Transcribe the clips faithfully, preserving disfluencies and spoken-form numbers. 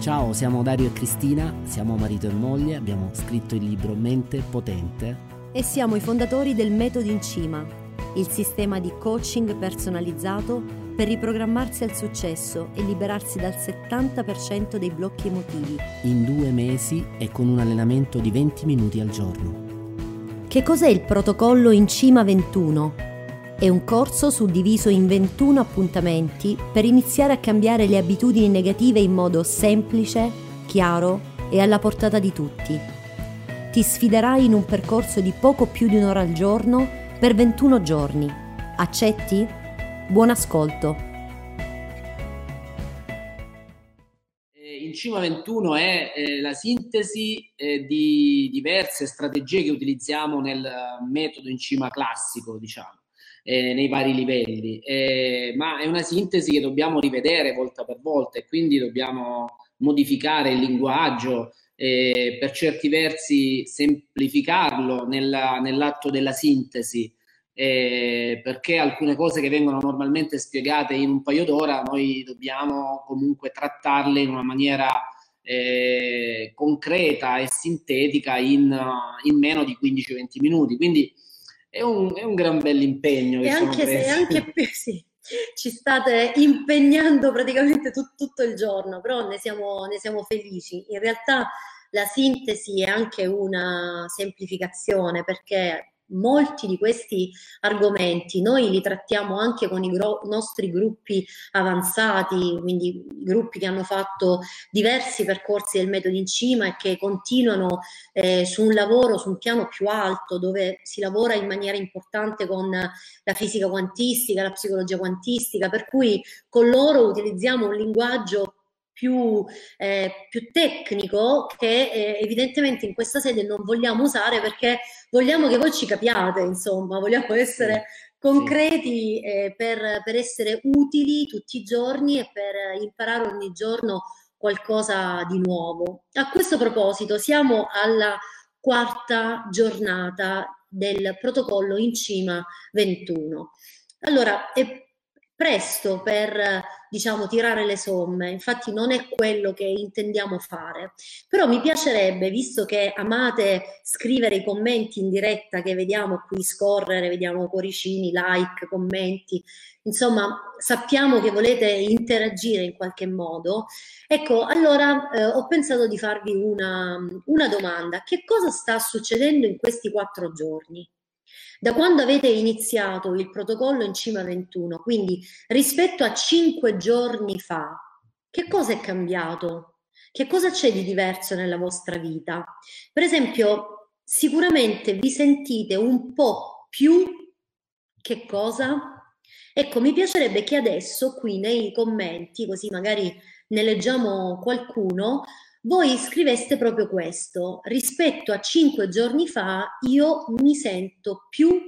Ciao, siamo Dario e Cristina, siamo marito e moglie, abbiamo scritto il libro Mente Potente e siamo i fondatori del Metodo in Cima, il sistema di coaching personalizzato per riprogrammarsi al successo e liberarsi dal settanta per cento dei blocchi emotivi. in due mesi e con un allenamento di venti minuti al giorno. Che cos'è il protocollo in Cima ventuno? È un corso suddiviso in ventuno appuntamenti per iniziare a cambiare le abitudini negative in modo semplice, chiaro e alla portata di tutti. Ti sfiderai in un percorso di poco più di un'ora al giorno per ventuno giorni. Accetti? Buon ascolto! In Cima ventuno è eh, la sintesi eh, di diverse strategie che utilizziamo nel metodo in cima classico, diciamo, eh, nei vari livelli, eh, ma è una sintesi che dobbiamo rivedere volta per volta e quindi dobbiamo modificare il linguaggio, eh, per certi versi semplificarlo nella, nell'atto della sintesi. Eh, perché alcune cose che vengono normalmente spiegate in un paio d'ora noi dobbiamo comunque trattarle in una maniera eh, concreta e sintetica in, in meno di quindici venti minuti, quindi è un, è un gran bell'impegno che E sono anche se presi. anche sì, ci state impegnando praticamente tut- tutto il giorno, però ne siamo, ne siamo felici. In realtà la sintesi è anche una semplificazione, perché molti di questi argomenti noi li trattiamo anche con i gro- nostri gruppi avanzati, quindi gruppi che hanno fatto diversi percorsi del metodo in cima e che continuano eh, su un lavoro, su un piano più alto, dove si lavora in maniera importante con la fisica quantistica, la psicologia quantistica, per cui con loro utilizziamo un linguaggio più, eh, più tecnico che eh, evidentemente in questa sede non vogliamo usare, perché vogliamo che voi ci capiate, insomma, vogliamo essere Sì, concreti eh, per, per essere utili tutti i giorni e per imparare ogni giorno qualcosa di nuovo. A questo proposito siamo alla quarta giornata del protocollo in Cima ventuno. Allora, è presto per, diciamo, tirare le somme, infatti non è quello che intendiamo fare, però mi piacerebbe, visto che amate scrivere i commenti in diretta che vediamo qui scorrere, vediamo cuoricini, like, commenti, insomma sappiamo che volete interagire in qualche modo. Ecco, allora eh, ho pensato di farvi una, una domanda: che cosa sta succedendo in questi quattro giorni? Da quando avete iniziato il protocollo in Cima ventuno, quindi rispetto a cinque giorni fa, che cosa è cambiato? Che cosa c'è di diverso nella vostra vita? Per esempio, sicuramente vi sentite un po' più che cosa? Ecco, mi piacerebbe che adesso qui nei commenti, così magari ne leggiamo qualcuno, voi scriveste proprio questo: rispetto a cinque giorni fa io mi sento più,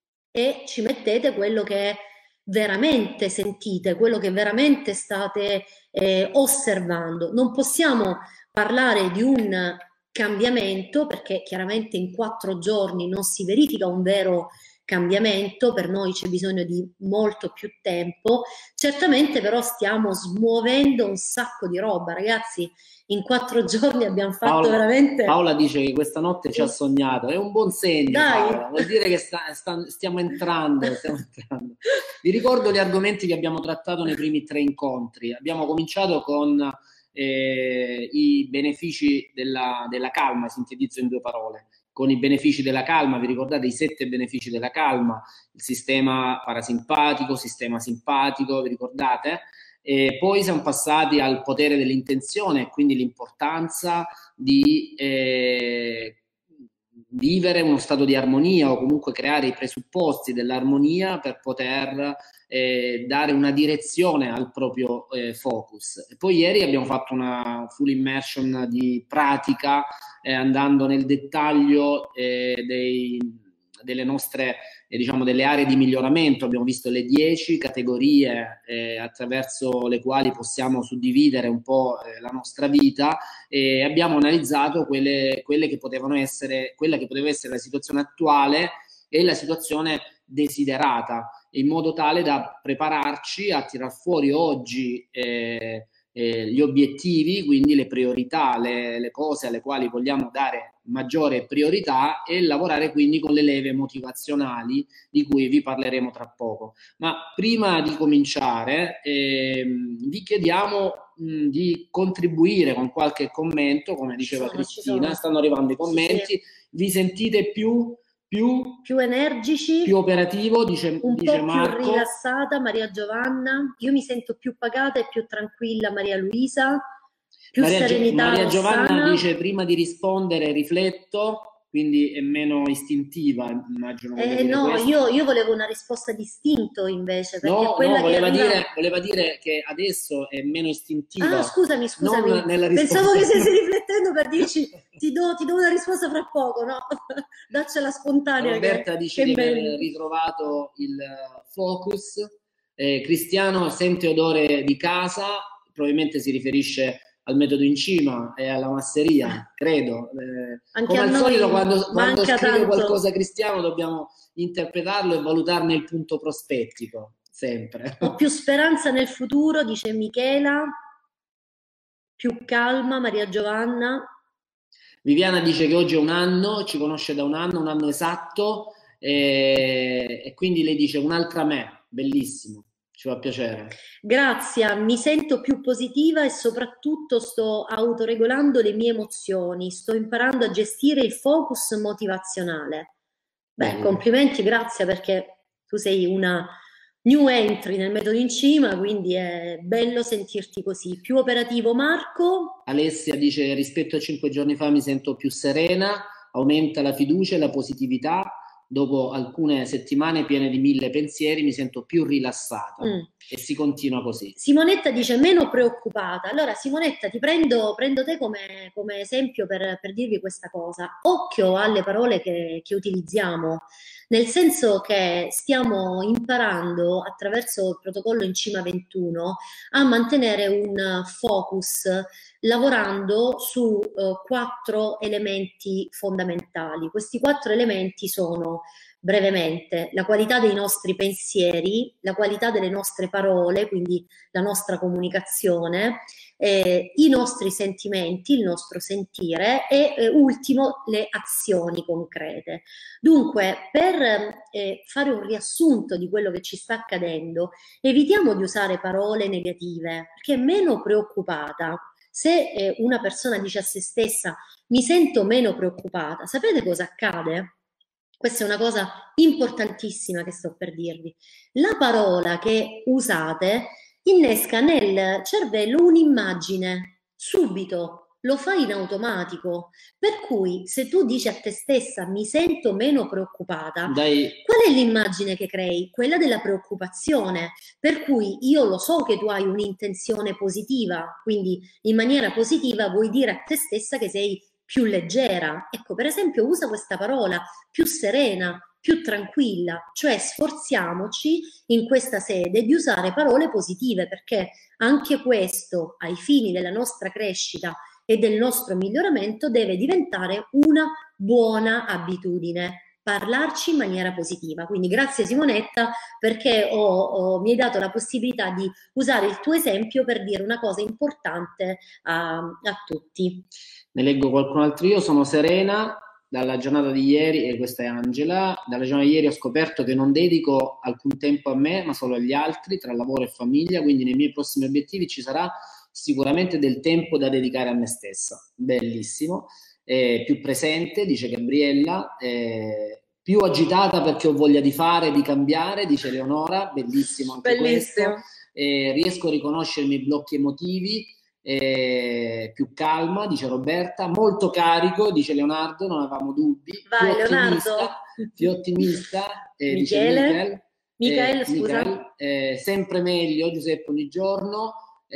e ci mettete quello che veramente sentite, quello che veramente state eh, osservando. Non possiamo parlare di un cambiamento perché chiaramente in quattro giorni non si verifica un vero cambiamento, per noi c'è bisogno di molto più tempo. Certamente però stiamo smuovendo un sacco di roba, ragazzi. In quattro giorni abbiamo fatto Paola, veramente... Paola dice che questa notte ci ha sognato, è un buon segno. Dai. Paola, vuol dire che sta, sta, stiamo entrando, stiamo entrando. Vi ricordo gli argomenti che abbiamo trattato nei primi tre incontri. Abbiamo cominciato con eh, i benefici della, della calma, sintetizzo in due parole. Con i benefici della calma, vi ricordate i sette benefici della calma? Il sistema parasimpatico, sistema simpatico, vi ricordate? E poi siamo passati al potere dell'intenzione, quindi l'importanza di eh, vivere uno stato di armonia o comunque creare i presupposti dell'armonia per poter eh, dare una direzione al proprio eh, focus. E poi ieri abbiamo fatto una full immersion di pratica, eh, andando nel dettaglio eh, dei, delle nostre eh, diciamo delle aree di miglioramento. Abbiamo visto le dieci categorie eh, attraverso le quali possiamo suddividere un po' eh, la nostra vita, e abbiamo analizzato quelle, quelle che potevano essere, quella che poteva essere la situazione attuale e la situazione desiderata, in modo tale da prepararci a tirar fuori oggi eh, eh, gli obiettivi, quindi le priorità, le, le cose alle quali vogliamo dare maggiore priorità, e lavorare quindi con le leve motivazionali di cui vi parleremo tra poco. Ma prima di cominciare ehm, vi chiediamo mh, di contribuire con qualche commento, come diceva sono, Cristina, stanno arrivando i commenti, sì, sì. Vi sentite più, più, più energici, più operativo, dice, un dice po' Marco. più rilassata Maria Giovanna, io mi sento più pagata e più tranquilla Maria Luisa, più Maria, serenità Maria Giovanna Rossana. Dice prima di rispondere rifletto, quindi è meno istintiva, immagino. Eh, no, io, io volevo una risposta di istinto invece, perché no, quella no, voleva, che arriva... dire, voleva dire che adesso è meno istintiva. Ah, scusami, scusami, non nella risposta... pensavo che stessi riflettendo per dirci ti do, ti do una risposta fra poco, no? Daccela spontanea. Roberta che, dice che di aver ritrovato il focus. eh, Cristiano sente odore di casa, probabilmente si riferisce al metodo in cima e alla masseria, credo. Eh, Anche come a al noi solito, quando, quando scrive tanto. qualcosa Cristiano dobbiamo interpretarlo e valutarne il punto prospettico, sempre. Ho più speranza nel futuro, dice Michela, più calma Maria Giovanna. Viviana dice che oggi è un anno, ci conosce da un anno, un anno esatto, e, e quindi lei dice un'altra me, bellissimo. Ci fa piacere. Grazie, mi sento più positiva e soprattutto sto autoregolando le mie emozioni, sto imparando a gestire il focus motivazionale. Beh, Bene. Complimenti, grazie, perché tu sei una new entry nel metodo in cima, quindi è bello sentirti così. Più operativo Marco. Alessia dice rispetto a cinque giorni fa mi sento più serena, aumenta la fiducia e la positività. Dopo alcune settimane piene di mille pensieri mi sento più rilassata. Mm. E si continua così. Simonetta dice meno preoccupata. Allora Simonetta, ti prendo, prendo te come, come esempio per, per dirvi questa cosa. Occhio alle parole che, che utilizziamo, nel senso che stiamo imparando attraverso il protocollo in cima ventuno a mantenere un focus lavorando su eh, quattro elementi fondamentali. Questi quattro elementi sono, brevemente, la qualità dei nostri pensieri, la qualità delle nostre parole, quindi la nostra comunicazione, eh, i nostri sentimenti, il nostro sentire e eh, ultimo le azioni concrete. Dunque, per eh, fare un riassunto di quello che ci sta accadendo, evitiamo di usare parole negative, perché è meno preoccupata. Se eh, una persona dice a se stessa mi sento meno preoccupata, sapete cosa accade? Questa è una cosa importantissima che sto per dirvi. La parola che usate innesca nel cervello un'immagine, subito, lo fai in automatico, per cui se tu dici a te stessa mi sento meno preoccupata, Dai. Qual è l'immagine che crei? Quella della preoccupazione, per cui io lo so che tu hai un'intenzione positiva, quindi in maniera positiva vuoi dire a te stessa che sei più leggera. Ecco, per esempio usa questa parola, più serena, più tranquilla, cioè sforziamoci in questa sede di usare parole positive, perché anche questo ai fini della nostra crescita e del nostro miglioramento deve diventare una buona abitudine, parlarci in maniera positiva. Quindi grazie Simonetta, perché ho, ho, mi hai dato la possibilità di usare il tuo esempio per dire una cosa importante a, a tutti. Ne leggo qualcun altro. Io sono serena dalla giornata di ieri, e questa è Angela, dalla giornata di ieri ho scoperto che non dedico alcun tempo a me ma solo agli altri, tra lavoro e famiglia, quindi nei miei prossimi obiettivi ci sarà sicuramente del tempo da dedicare a me stessa. Bellissimo. Eh, più presente, dice Gabriella, eh, più agitata perché ho voglia di fare, di cambiare, dice Leonora. Bellissimo anche Bellissimo. questo. Eh, riesco a riconoscere i miei blocchi emotivi. Eh, più calma, dice Roberta, molto carico, dice Leonardo, non avevamo dubbi. Vai, più ottimista, Leonardo. più ottimista, eh, Michele. dice Michele. Michele, eh, scusa. Michele, eh, sempre meglio, Giuseppe ogni giorno.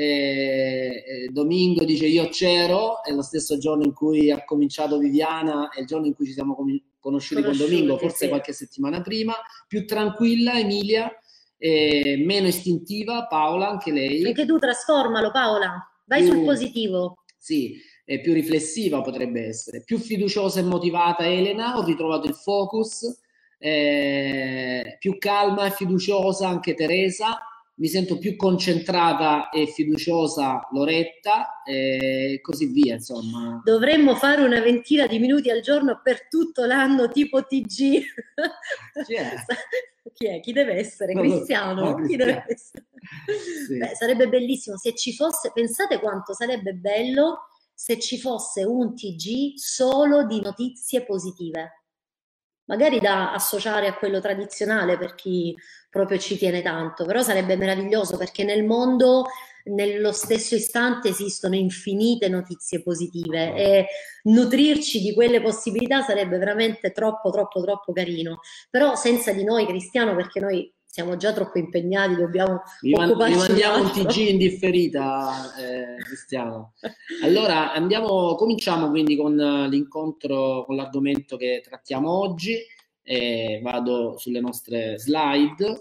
Eh, eh, Domingo dice io c'ero, è lo stesso giorno in cui ha cominciato Viviana, è il giorno in cui ci siamo conosciuti, conosciuti con Domingo, forse sì. qualche settimana prima. Più tranquilla Emilia, eh, meno istintiva Paola, anche lei. Anche tu trasformalo Paola, vai più, sul positivo. Sì, eh, più riflessiva potrebbe essere, più fiduciosa e motivata Elena, ho ritrovato il focus. Eh, più calma e fiduciosa anche Teresa. mi sento più concentrata e fiduciosa Loretta, e così via, insomma. Dovremmo fare una ventina di minuti al giorno per tutto l'anno, tipo T G. Chi è? Chi è? Chi deve essere? No, Cristiano? no, Chi Cristiano. deve essere? Sì. Beh, sarebbe bellissimo se ci fosse, pensate quanto sarebbe bello se ci fosse un T G solo di notizie positive. Magari da associare a quello tradizionale per chi proprio ci tiene tanto, però sarebbe meraviglioso perché nel mondo nello stesso istante esistono infinite notizie positive e nutrirci di quelle possibilità sarebbe veramente troppo troppo troppo carino, però senza di noi, Cristiano, perché noi siamo già troppo impegnati, dobbiamo vi, man- vi occuparci di mandiamo un altro. T G in differita, eh, Cristiano. Allora andiamo, cominciamo quindi con l'incontro, con l'argomento che trattiamo oggi. Eh, vado sulle nostre slide.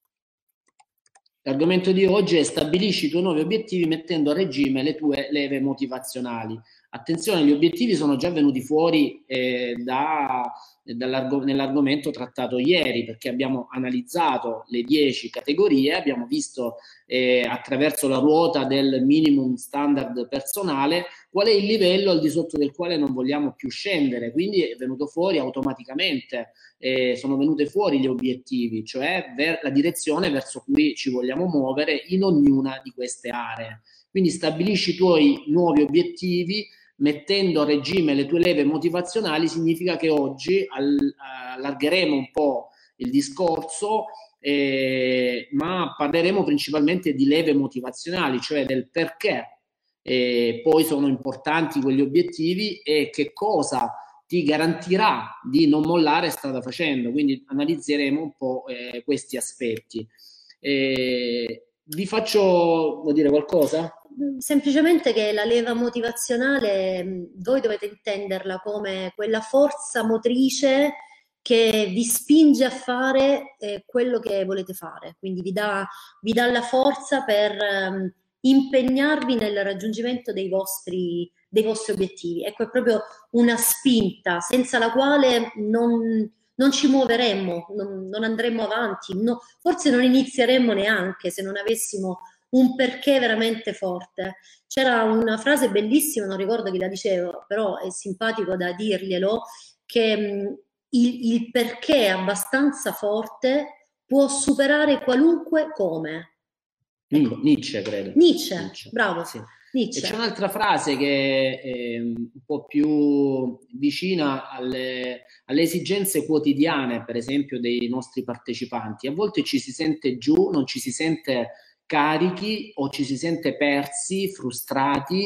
L'argomento di oggi è: stabilisci i tuoi nuovi obiettivi mettendo a regime le tue leve motivazionali. Attenzione, gli obiettivi sono già venuti fuori eh, da, nell'argomento trattato ieri, perché abbiamo analizzato le dieci categorie, abbiamo visto eh, attraverso la ruota del minimum standard personale qual è il livello al di sotto del quale non vogliamo più scendere, quindi è venuto fuori automaticamente, eh, sono venute fuori gli obiettivi, cioè ver- la direzione verso cui ci vogliamo muovere in ognuna di queste aree. Quindi stabilisci i tuoi nuovi obiettivi mettendo a regime le tue leve motivazionali. Significa che oggi all- allargheremo un po' il discorso, eh, ma parleremo principalmente di leve motivazionali, cioè del perché eh, poi sono importanti quegli obiettivi e che cosa ti garantirà di non mollare strada facendo. Quindi analizzeremo un po' eh, questi aspetti. Eh, vi faccio, vuol dire qualcosa? Semplicemente che la leva motivazionale voi dovete intenderla come quella forza motrice che vi spinge a fare eh, quello che volete fare, quindi vi dà, vi dà la forza per um, impegnarvi nel raggiungimento dei vostri, dei vostri obiettivi. Ecco, è proprio una spinta senza la quale non, non ci muoveremmo, non, non andremmo avanti, no, forse non inizieremmo neanche se non avessimo un perché veramente forte. C'era una frase bellissima, non ricordo chi la diceva, però è simpatico da dirglielo, che mh, il, il perché abbastanza forte può superare qualunque come. Ecco. Mm, Nietzsche, credo. Nietzsche, Nietzsche. bravo. Sì. Nietzsche. E c'è un'altra frase che è un po' più vicina alle, alle esigenze quotidiane, per esempio, dei nostri partecipanti. A volte ci si sente giù, non ci si sente carichi o ci si sente persi, frustrati,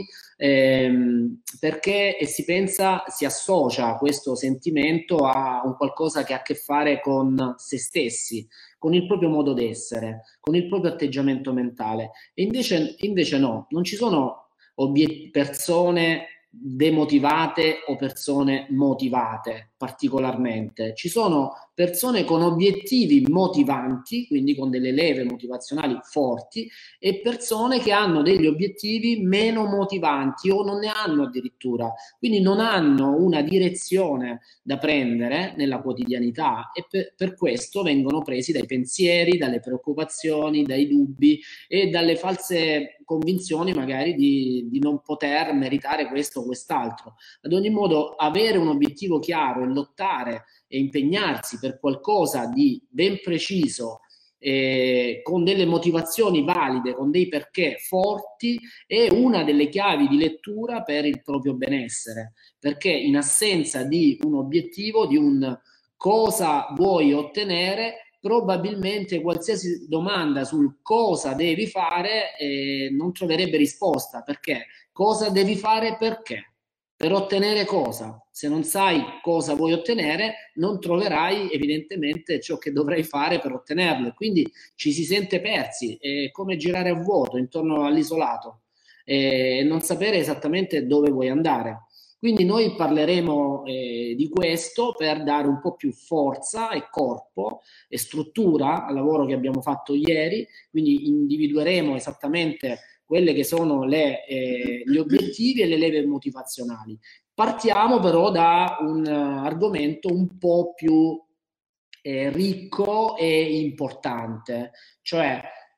ehm, perché e si pensa, si associa questo sentimento a un qualcosa che ha a che fare con se stessi, con il proprio modo d'essere, con il proprio atteggiamento mentale. E invece, invece no, non ci sono obiet- persone demotivate o persone motivate particolarmente. Ci sono persone con obiettivi motivanti, quindi con delle leve motivazionali forti, e persone che hanno degli obiettivi meno motivanti o non ne hanno addirittura, quindi non hanno una direzione da prendere nella quotidianità e per, per questo vengono presi dai pensieri, dalle preoccupazioni, dai dubbi e dalle false convinzioni magari di, di non poter meritare questo o quest'altro. Ad ogni modo, avere un obiettivo chiaro e lottare e impegnarsi per qualcosa di ben preciso, eh, con delle motivazioni valide, con dei perché forti, è una delle chiavi di lettura per il proprio benessere, perché in assenza di un obiettivo, di un cosa vuoi ottenere, probabilmente qualsiasi domanda sul cosa devi fare eh, non troverebbe risposta. Perché? Cosa devi fare? Perché? Per ottenere cosa? Se non sai cosa vuoi ottenere, non troverai evidentemente ciò che dovrai fare per ottenerlo. Quindi ci si sente persi, è come girare a vuoto intorno all'isolato e non sapere esattamente dove vuoi andare. Quindi noi parleremo eh, di questo per dare un po' più forza e corpo e struttura al lavoro che abbiamo fatto ieri. Quindi individueremo esattamente quelle che sono le, eh, gli obiettivi e le leve motivazionali. Partiamo però da un uh, argomento un po' più eh, ricco e importante, cioè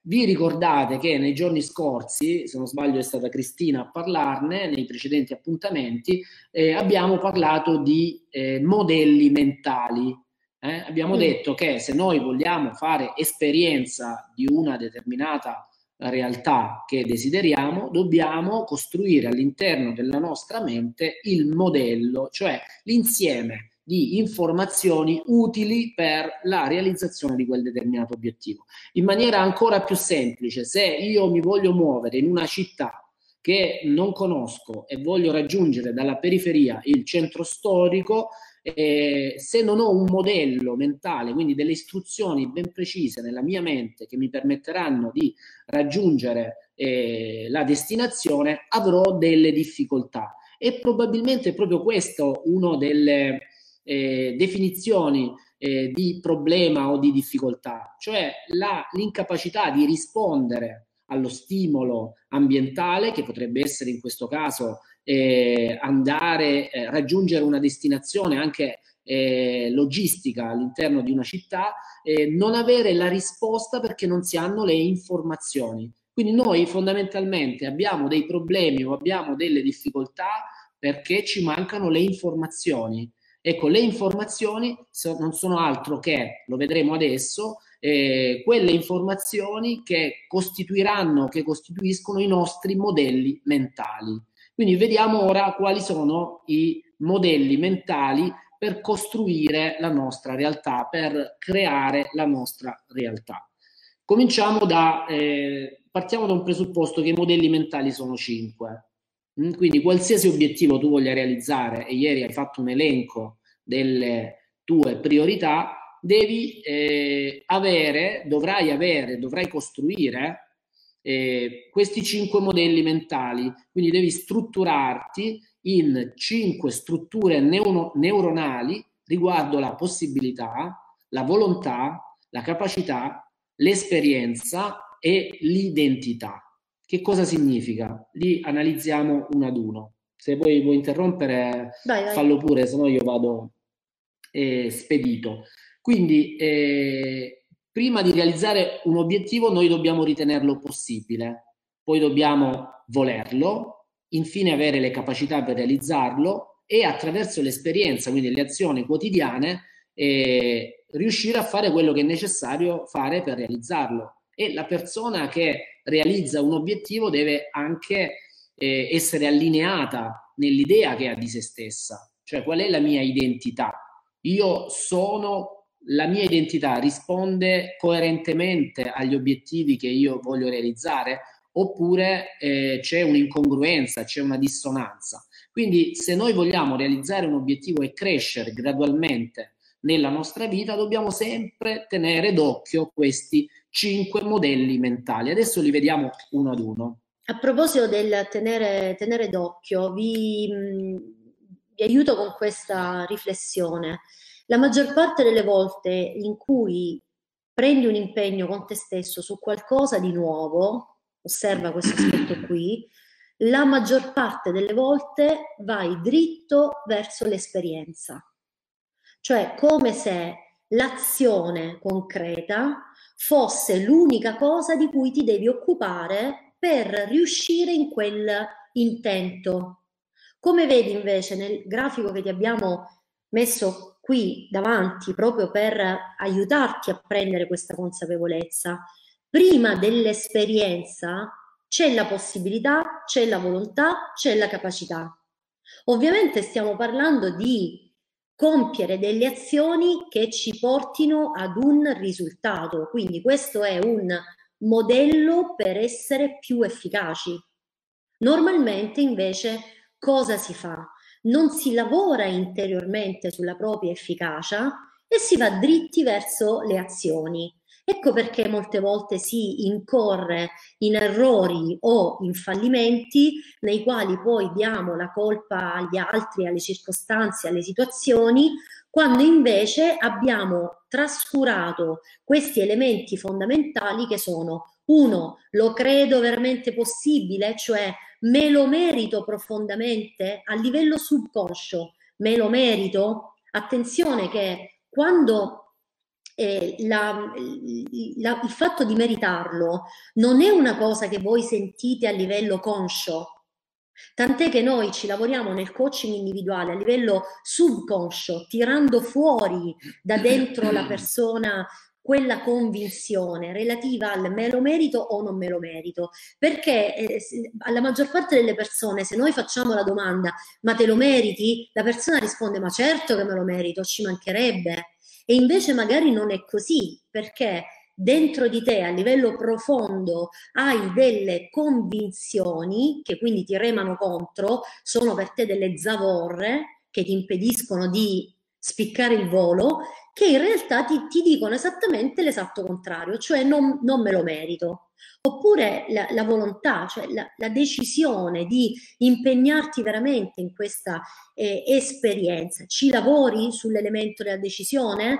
Vi ricordate che nei giorni scorsi, se non sbaglio è stata Cristina a parlarne, nei precedenti appuntamenti, eh, abbiamo parlato di eh, modelli mentali. Eh? Abbiamo mm. detto che se noi vogliamo fare esperienza di una determinata realtà che desideriamo, dobbiamo costruire all'interno della nostra mente il modello, cioè l'insieme di informazioni utili per la realizzazione di quel determinato obiettivo. In maniera ancora più semplice, se io mi voglio muovere in una città che non conosco e voglio raggiungere dalla periferia il centro storico, eh, se non ho un modello mentale, quindi delle istruzioni ben precise nella mia mente che mi permetteranno di raggiungere eh, la destinazione, avrò delle difficoltà. E probabilmente è proprio questo uno delle Eh, definizioni eh, di problema o di difficoltà, cioè l'incapacità di rispondere allo stimolo ambientale, che potrebbe essere in questo caso eh, andare, eh, raggiungere una destinazione anche eh, logistica all'interno di una città, eh, non avere la risposta perché non si hanno le informazioni. Quindi noi fondamentalmente abbiamo dei problemi o abbiamo delle difficoltà perché ci mancano le informazioni. Ecco, le informazioni non sono altro che, lo vedremo adesso, eh, quelle informazioni che costituiranno, che costituiscono i nostri modelli mentali. Quindi vediamo ora quali sono i modelli mentali per costruire la nostra realtà, per creare la nostra realtà. Cominciamo da, eh, partiamo da un presupposto che i modelli mentali sono cinque. Quindi qualsiasi obiettivo tu voglia realizzare, e ieri hai fatto un elenco delle tue priorità, devi eh, avere, dovrai avere, dovrai costruire eh, questi cinque modelli mentali. Quindi devi strutturarti in cinque strutture neuro neuronali riguardo la possibilità, la volontà, la capacità, l'esperienza e l'identità. Che cosa significa? Li analizziamo uno ad uno. Se poi vuoi interrompere, vai, vai. Fallo pure, se no io vado eh, spedito. Quindi, eh, prima di realizzare un obiettivo, noi dobbiamo ritenerlo possibile, poi dobbiamo volerlo, infine avere le capacità per realizzarlo e attraverso l'esperienza, quindi le azioni quotidiane, eh, riuscire a fare quello che è necessario fare per realizzarlo. E la persona che realizza un obiettivo deve anche eh, essere allineata nell'idea che ha di se stessa, cioè qual è la mia identità. Io sono, la mia identità risponde coerentemente agli obiettivi che io voglio realizzare, oppure eh, c'è un'incongruenza, c'è una dissonanza. Quindi se noi vogliamo realizzare un obiettivo e crescere gradualmente nella nostra vita, dobbiamo sempre tenere d'occhio questi cinque modelli mentali. Adesso li vediamo uno ad uno. A proposito del tenere, tenere d'occhio, vi, vi aiuto con questa riflessione. La maggior parte delle volte in cui prendi un impegno con te stesso su qualcosa di nuovo, osserva questo aspetto qui, la maggior parte delle volte vai dritto verso l'esperienza. Cioè come se l'azione concreta fosse l'unica cosa di cui ti devi occupare per riuscire in quel intento. Come vedi invece nel grafico che ti abbiamo messo qui davanti proprio per aiutarti a prendere questa consapevolezza, prima dell'esperienza c'è la possibilità, c'è la volontà, c'è la capacità. Ovviamente stiamo parlando di compiere delle azioni che ci portino ad un risultato, quindi questo è un modello per essere più efficaci. Normalmente invece cosa si fa? Non si lavora interiormente sulla propria efficacia e si va dritti verso le azioni. Ecco perché molte volte si incorre in errori o in fallimenti nei quali poi diamo la colpa agli altri, alle circostanze, alle situazioni, quando invece abbiamo trascurato questi elementi fondamentali che sono: uno, lo credo veramente possibile, cioè me lo merito profondamente a livello subconscio, me lo merito? Attenzione che quando eh, la, la, il fatto di meritarlo non è una cosa che voi sentite a livello conscio. Tant'è che noi ci lavoriamo nel coaching individuale a livello subconscio, tirando fuori da dentro la persona quella convinzione relativa al me lo merito o non me lo merito, perché eh, alla maggior parte delle persone, se noi facciamo la domanda ma te lo meriti? La persona risponde ma certo che me lo merito, ci mancherebbe. E invece magari non è così, perché dentro di te a livello profondo hai delle convinzioni che quindi ti remano contro, sono per te delle zavorre che ti impediscono di spiccare il volo, che in realtà ti, ti dicono esattamente l'esatto contrario, cioè non, non me lo merito. Oppure la, la volontà, cioè la, la decisione di impegnarti veramente in questa eh, esperienza. Ci lavori sull'elemento della decisione?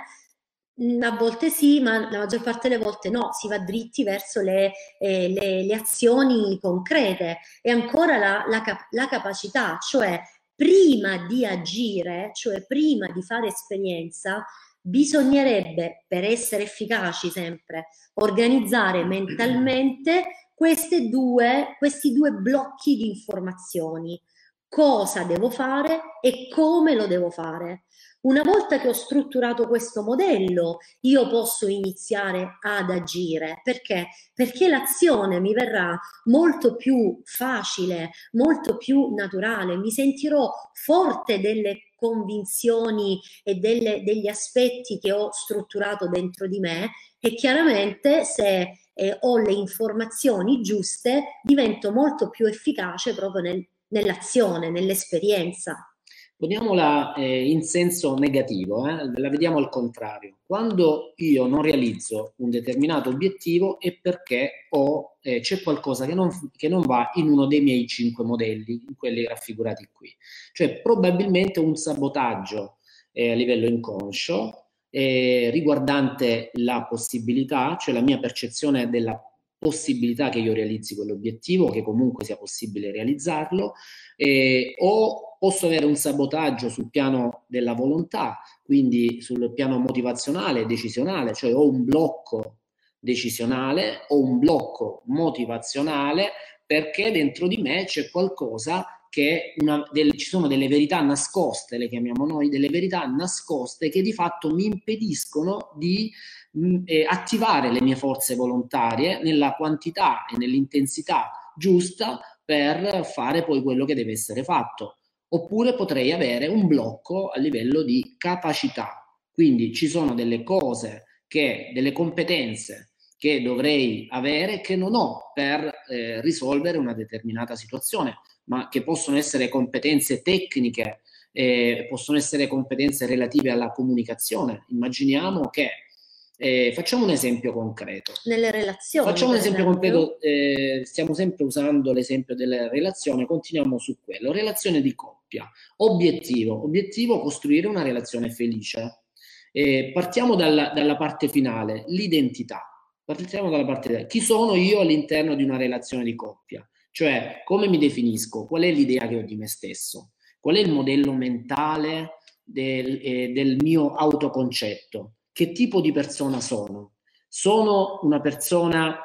A volte sì, ma la maggior parte delle volte no, si va dritti verso le, eh, le, le azioni concrete e ancora la, la, cap la capacità, cioè prima di agire, cioè prima di fare esperienza, bisognerebbe, per essere efficaci sempre, organizzare mentalmente queste due, questi due blocchi di informazioni. Cosa devo fare e come lo devo fare. Una volta che ho strutturato questo modello, io posso iniziare ad agire. Perché? Perché l'azione mi verrà molto più facile, molto più naturale, mi sentirò forte delle convinzioni e delle, degli aspetti che ho strutturato dentro di me e chiaramente se eh, ho le informazioni giuste divento molto più efficace proprio nel, nell'azione, nell'esperienza. Poniamola eh, in senso negativo, eh? La vediamo al contrario. Quando io non realizzo un determinato obiettivo è perché ho, eh, c'è qualcosa che non, che non va in uno dei miei cinque modelli, in quelli raffigurati qui. Cioè probabilmente un sabotaggio eh, a livello inconscio eh, riguardante la possibilità, cioè la mia percezione della possibilità che io realizzi quell'obiettivo, che comunque sia possibile realizzarlo, eh, o posso avere un sabotaggio sul piano della volontà, quindi sul piano motivazionale e decisionale, cioè ho un blocco decisionale o un blocco motivazionale perché dentro di me c'è qualcosa che una, del, ci sono delle verità nascoste, le chiamiamo noi, delle verità nascoste che di fatto mi impediscono di mh, eh, attivare le mie forze volontarie nella quantità e nell'intensità giusta per fare poi quello che deve essere fatto. Oppure potrei avere un blocco a livello di capacità, quindi ci sono delle cose, che, delle competenze che dovrei avere che non ho per eh, risolvere una determinata situazione, ma che possono essere competenze tecniche, eh, possono essere competenze relative alla comunicazione. Immaginiamo che Eh, facciamo un esempio concreto. Nelle relazioni. Facciamo un esempio, esempio. concreto, eh, stiamo sempre usando l'esempio della relazione, continuiamo su quello. Relazione di coppia. Obiettivo. Obiettivo, costruire una relazione felice. Eh, partiamo dalla, dalla parte finale, l'identità. Partiamo dalla parte finale. Chi sono io all'interno di una relazione di coppia? Cioè, come mi definisco? Qual è l'idea che ho di me stesso? Qual è il modello mentale del, eh, del mio autoconcetto? Che tipo di persona sono? Sono una persona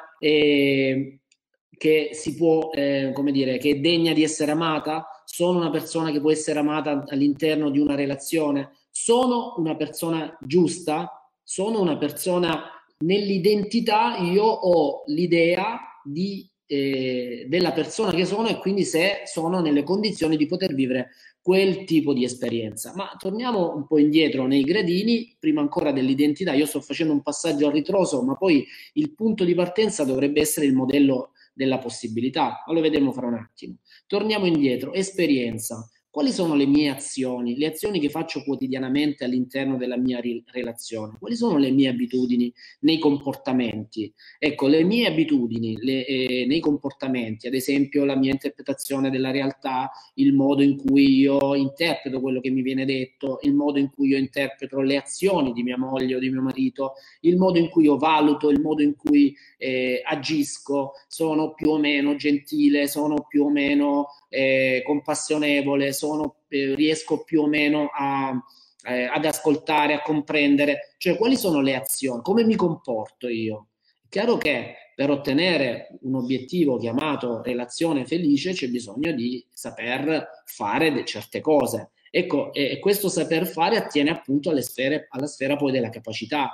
eh, che si può, eh, come dire, che è degna di essere amata? Sono una persona che può essere amata all'interno di una relazione? Sono una persona giusta? Sono una persona, nell'identità io ho l'idea di, eh, della persona che sono e quindi se sono nelle condizioni di poter vivere quel tipo di esperienza. Ma torniamo un po' indietro nei gradini, prima ancora dell'identità. Io sto facendo un passaggio a ritroso, ma poi il punto di partenza dovrebbe essere il modello della possibilità, ma lo vedremo fra un attimo. Torniamo indietro, esperienza. Quali sono le mie azioni, le azioni che faccio quotidianamente all'interno della mia relazione? Quali sono le mie abitudini nei comportamenti? Ecco, le mie abitudini le, eh, nei comportamenti, ad esempio la mia interpretazione della realtà, il modo in cui io interpreto quello che mi viene detto, il modo in cui io interpreto le azioni di mia moglie o di mio marito, il modo in cui io valuto, il modo in cui eh, agisco, sono più o meno gentile, sono più o meno eh, compassionevole, sono, eh, riesco più o meno a, eh, ad ascoltare, a comprendere, cioè quali sono le azioni, come mi comporto io. È chiaro che per ottenere un obiettivo chiamato relazione felice c'è bisogno di saper fare certe cose. Ecco, e questo saper fare attiene appunto alle sfere, alla sfera poi della capacità.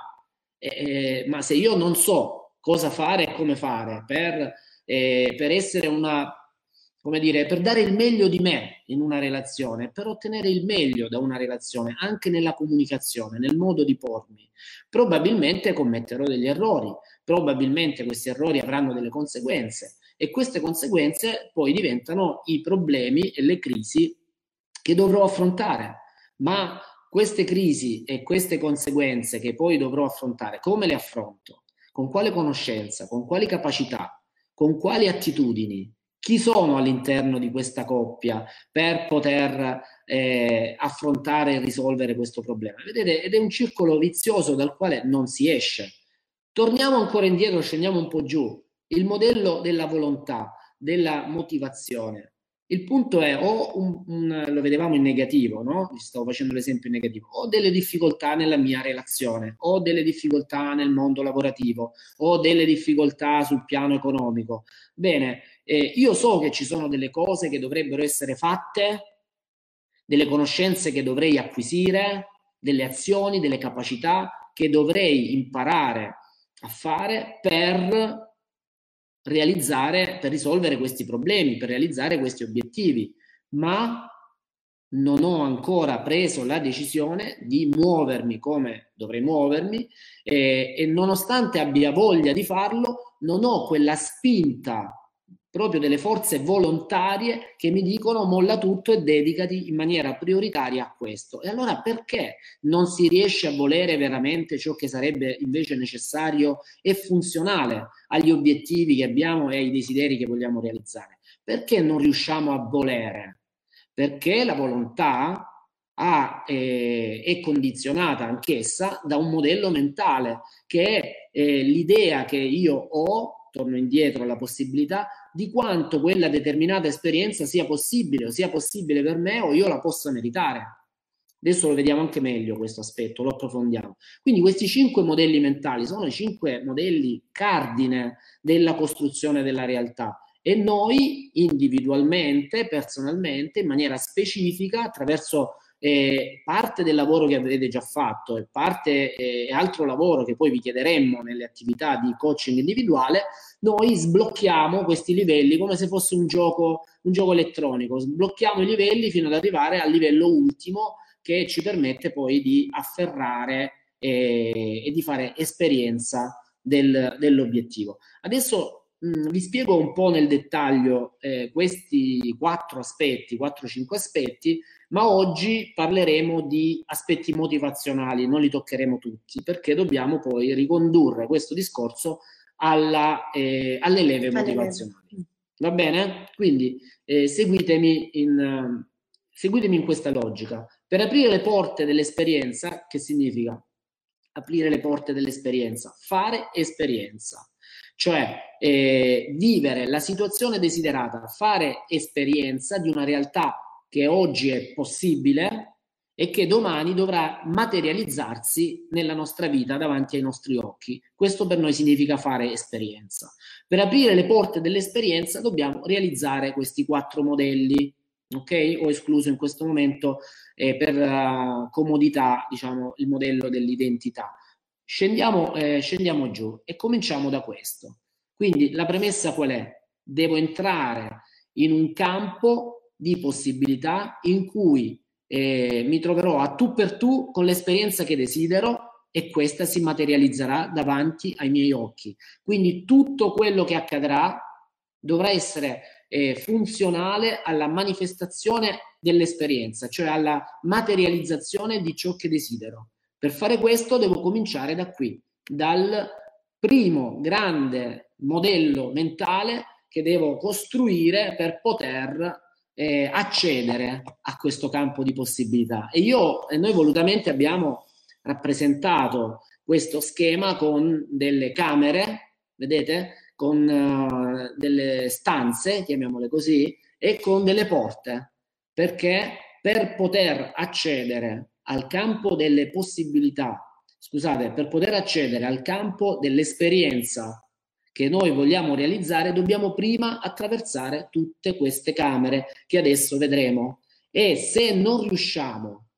Eh, ma se io non so cosa fare e come fare per, eh, per essere una, come dire, per dare il meglio di me in una relazione, per ottenere il meglio da una relazione, anche nella comunicazione, nel modo di pormi, probabilmente commetterò degli errori, probabilmente questi errori avranno delle conseguenze e queste conseguenze poi diventano i problemi e le crisi che dovrò affrontare. Ma queste crisi e queste conseguenze che poi dovrò affrontare, come le affronto? Con quale conoscenza? Con quali capacità? Con quali attitudini? Chi sono all'interno di questa coppia per poter eh, affrontare e risolvere questo problema? Vedete, ed è un circolo vizioso dal quale non si esce. Torniamo ancora indietro, scendiamo un po' giù. Il modello della volontà, della motivazione. Il punto è, o un, un, lo vedevamo in negativo, no? Vi stavo facendo l'esempio in negativo, ho delle difficoltà nella mia relazione, ho delle difficoltà nel mondo lavorativo, ho delle difficoltà sul piano economico. Bene, eh, io so che ci sono delle cose che dovrebbero essere fatte, delle conoscenze che dovrei acquisire, delle azioni, delle capacità che dovrei imparare a fare per realizzare, per risolvere questi problemi, per realizzare questi obiettivi, ma non ho ancora preso la decisione di muovermi come dovrei muovermi e, e nonostante abbia voglia di farlo, non ho quella spinta proprio delle forze volontarie che mi dicono molla tutto e dedicati in maniera prioritaria a questo. E allora perché non si riesce a volere veramente ciò che sarebbe invece necessario e funzionale agli obiettivi che abbiamo e ai desideri che vogliamo realizzare? Perché non riusciamo a volere? Perché la volontà ha, eh, è condizionata anch'essa da un modello mentale che è eh, l'idea che io ho, torno indietro alla possibilità, di quanto quella determinata esperienza sia possibile o sia possibile per me o io la possa meritare. Adesso lo vediamo anche meglio questo aspetto, lo approfondiamo. Quindi questi cinque modelli mentali sono i cinque modelli cardine della costruzione della realtà e noi individualmente, personalmente, in maniera specifica, attraverso eh, parte del lavoro che avete già fatto e parte eh, altro lavoro che poi vi chiederemmo nelle attività di coaching individuale, noi sblocchiamo questi livelli come se fosse un gioco, un gioco elettronico, sblocchiamo i livelli fino ad arrivare al livello ultimo che ci permette poi di afferrare eh, e di fare esperienza del, dell'obiettivo. Adesso mh, vi spiego un po' nel dettaglio eh, questi quattro aspetti, quattro cinque aspetti, ma oggi parleremo di aspetti motivazionali, non li toccheremo tutti perché dobbiamo poi ricondurre questo discorso alla, eh, alle leve motivazionali. Va bene? Quindi eh, seguitemi, in, uh, seguitemi in questa logica. Per aprire le porte dell'esperienza, che significa aprire le porte dell'esperienza? Fare esperienza, cioè eh, vivere la situazione desiderata, fare esperienza di una realtà che oggi è possibile e che domani dovrà materializzarsi nella nostra vita davanti ai nostri occhi. Questo per noi significa fare esperienza. Per aprire le porte dell'esperienza dobbiamo realizzare questi quattro modelli. Ok? Ho escluso in questo momento eh, per uh, comodità, diciamo, il modello dell'identità. Scendiamo, eh, scendiamo giù e cominciamo da questo. Quindi la premessa qual è? Devo entrare in un campo di possibilità in cui eh, mi troverò a tu per tu con l'esperienza che desidero e questa si materializzerà davanti ai miei occhi. Quindi tutto quello che accadrà dovrà essere eh, funzionale alla manifestazione dell'esperienza, cioè alla materializzazione di ciò che desidero. Per fare questo devo cominciare da qui, dal primo grande modello mentale che devo costruire per poter eh, accedere a questo campo di possibilità. E io e noi volutamente abbiamo rappresentato questo schema con delle camere, vedete? Con uh, delle stanze, chiamiamole così, e con delle porte, perché per poter accedere al campo delle possibilità, scusate, per poter accedere al campo dell'esperienza che noi vogliamo realizzare, dobbiamo prima attraversare tutte queste camere che adesso vedremo. E se non riusciamo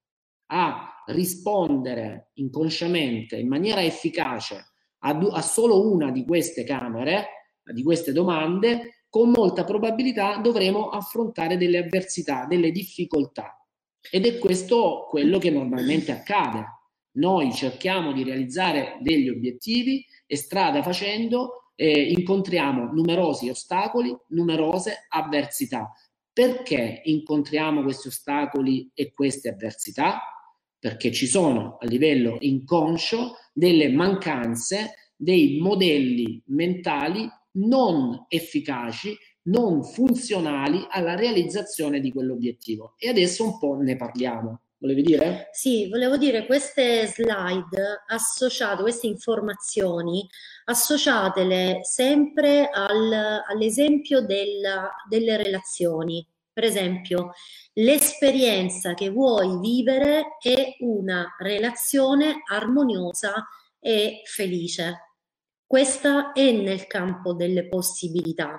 a rispondere inconsciamente in maniera efficace a, a solo una di queste camere, di queste domande, con molta probabilità dovremo affrontare delle avversità, delle difficoltà. Ed è questo quello che normalmente accade. Noi cerchiamo di realizzare degli obiettivi e strada facendo eh, incontriamo numerosi ostacoli, numerose avversità. Perché incontriamo questi ostacoli e queste avversità? Perché ci sono a livello inconscio delle mancanze, dei modelli mentali non efficaci, non funzionali alla realizzazione di quell'obiettivo. E adesso un po' ne parliamo. Volevi dire? Sì, volevo dire queste slide associate, queste informazioni, associatele sempre al, all'esempio della, delle relazioni. Per esempio, l'esperienza che vuoi vivere è una relazione armoniosa e felice. Questa è nel campo delle possibilità,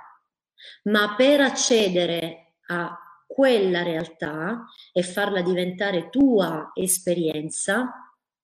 ma per accedere a quella realtà e farla diventare tua esperienza,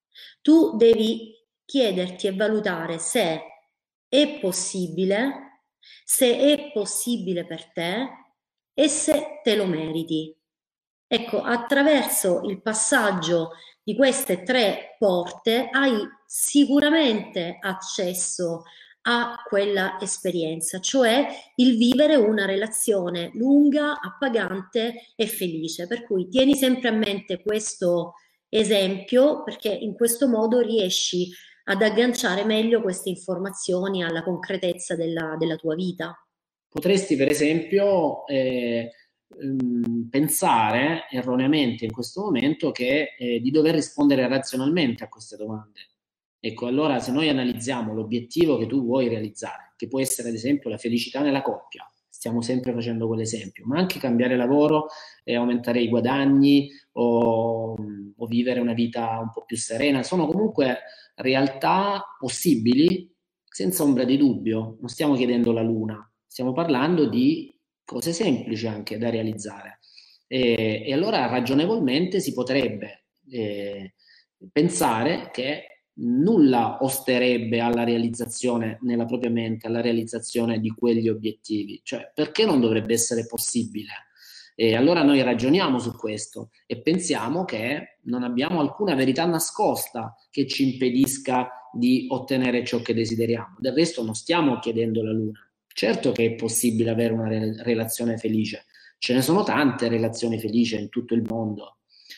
tu devi chiederti e valutare se è possibile, se è possibile per te e se te lo meriti. Ecco, attraverso il passaggio di queste tre porte hai sicuramente accesso a quella esperienza, cioè il vivere una relazione lunga, appagante e felice. Per cui tieni sempre a mente questo esempio, perché in questo modo riesci ad agganciare meglio queste informazioni alla concretezza della, della tua vita. Potresti, per esempio, eh, ehm, pensare erroneamente in questo momento che eh, di dover rispondere razionalmente a queste domande. Ecco, allora se noi analizziamo l'obiettivo che tu vuoi realizzare, che può essere ad esempio la felicità nella coppia, stiamo sempre facendo quell'esempio, ma anche cambiare lavoro e aumentare i guadagni o, o vivere una vita un po' più serena, sono comunque realtà possibili senza ombra di dubbio. Non stiamo chiedendo la luna, stiamo parlando di cose semplici anche da realizzare. E, e allora ragionevolmente si potrebbe eh, pensare che nulla osterebbe alla realizzazione nella propria mente, alla realizzazione di quegli obiettivi. Cioè, perché non dovrebbe essere possibile? E allora noi ragioniamo su questo e pensiamo che non abbiamo alcuna verità nascosta che ci impedisca di ottenere ciò che desideriamo. Del resto non stiamo chiedendo la luna. Certo che è possibile avere una re- relazione felice. Ce ne sono tante relazioni felici in tutto il mondo.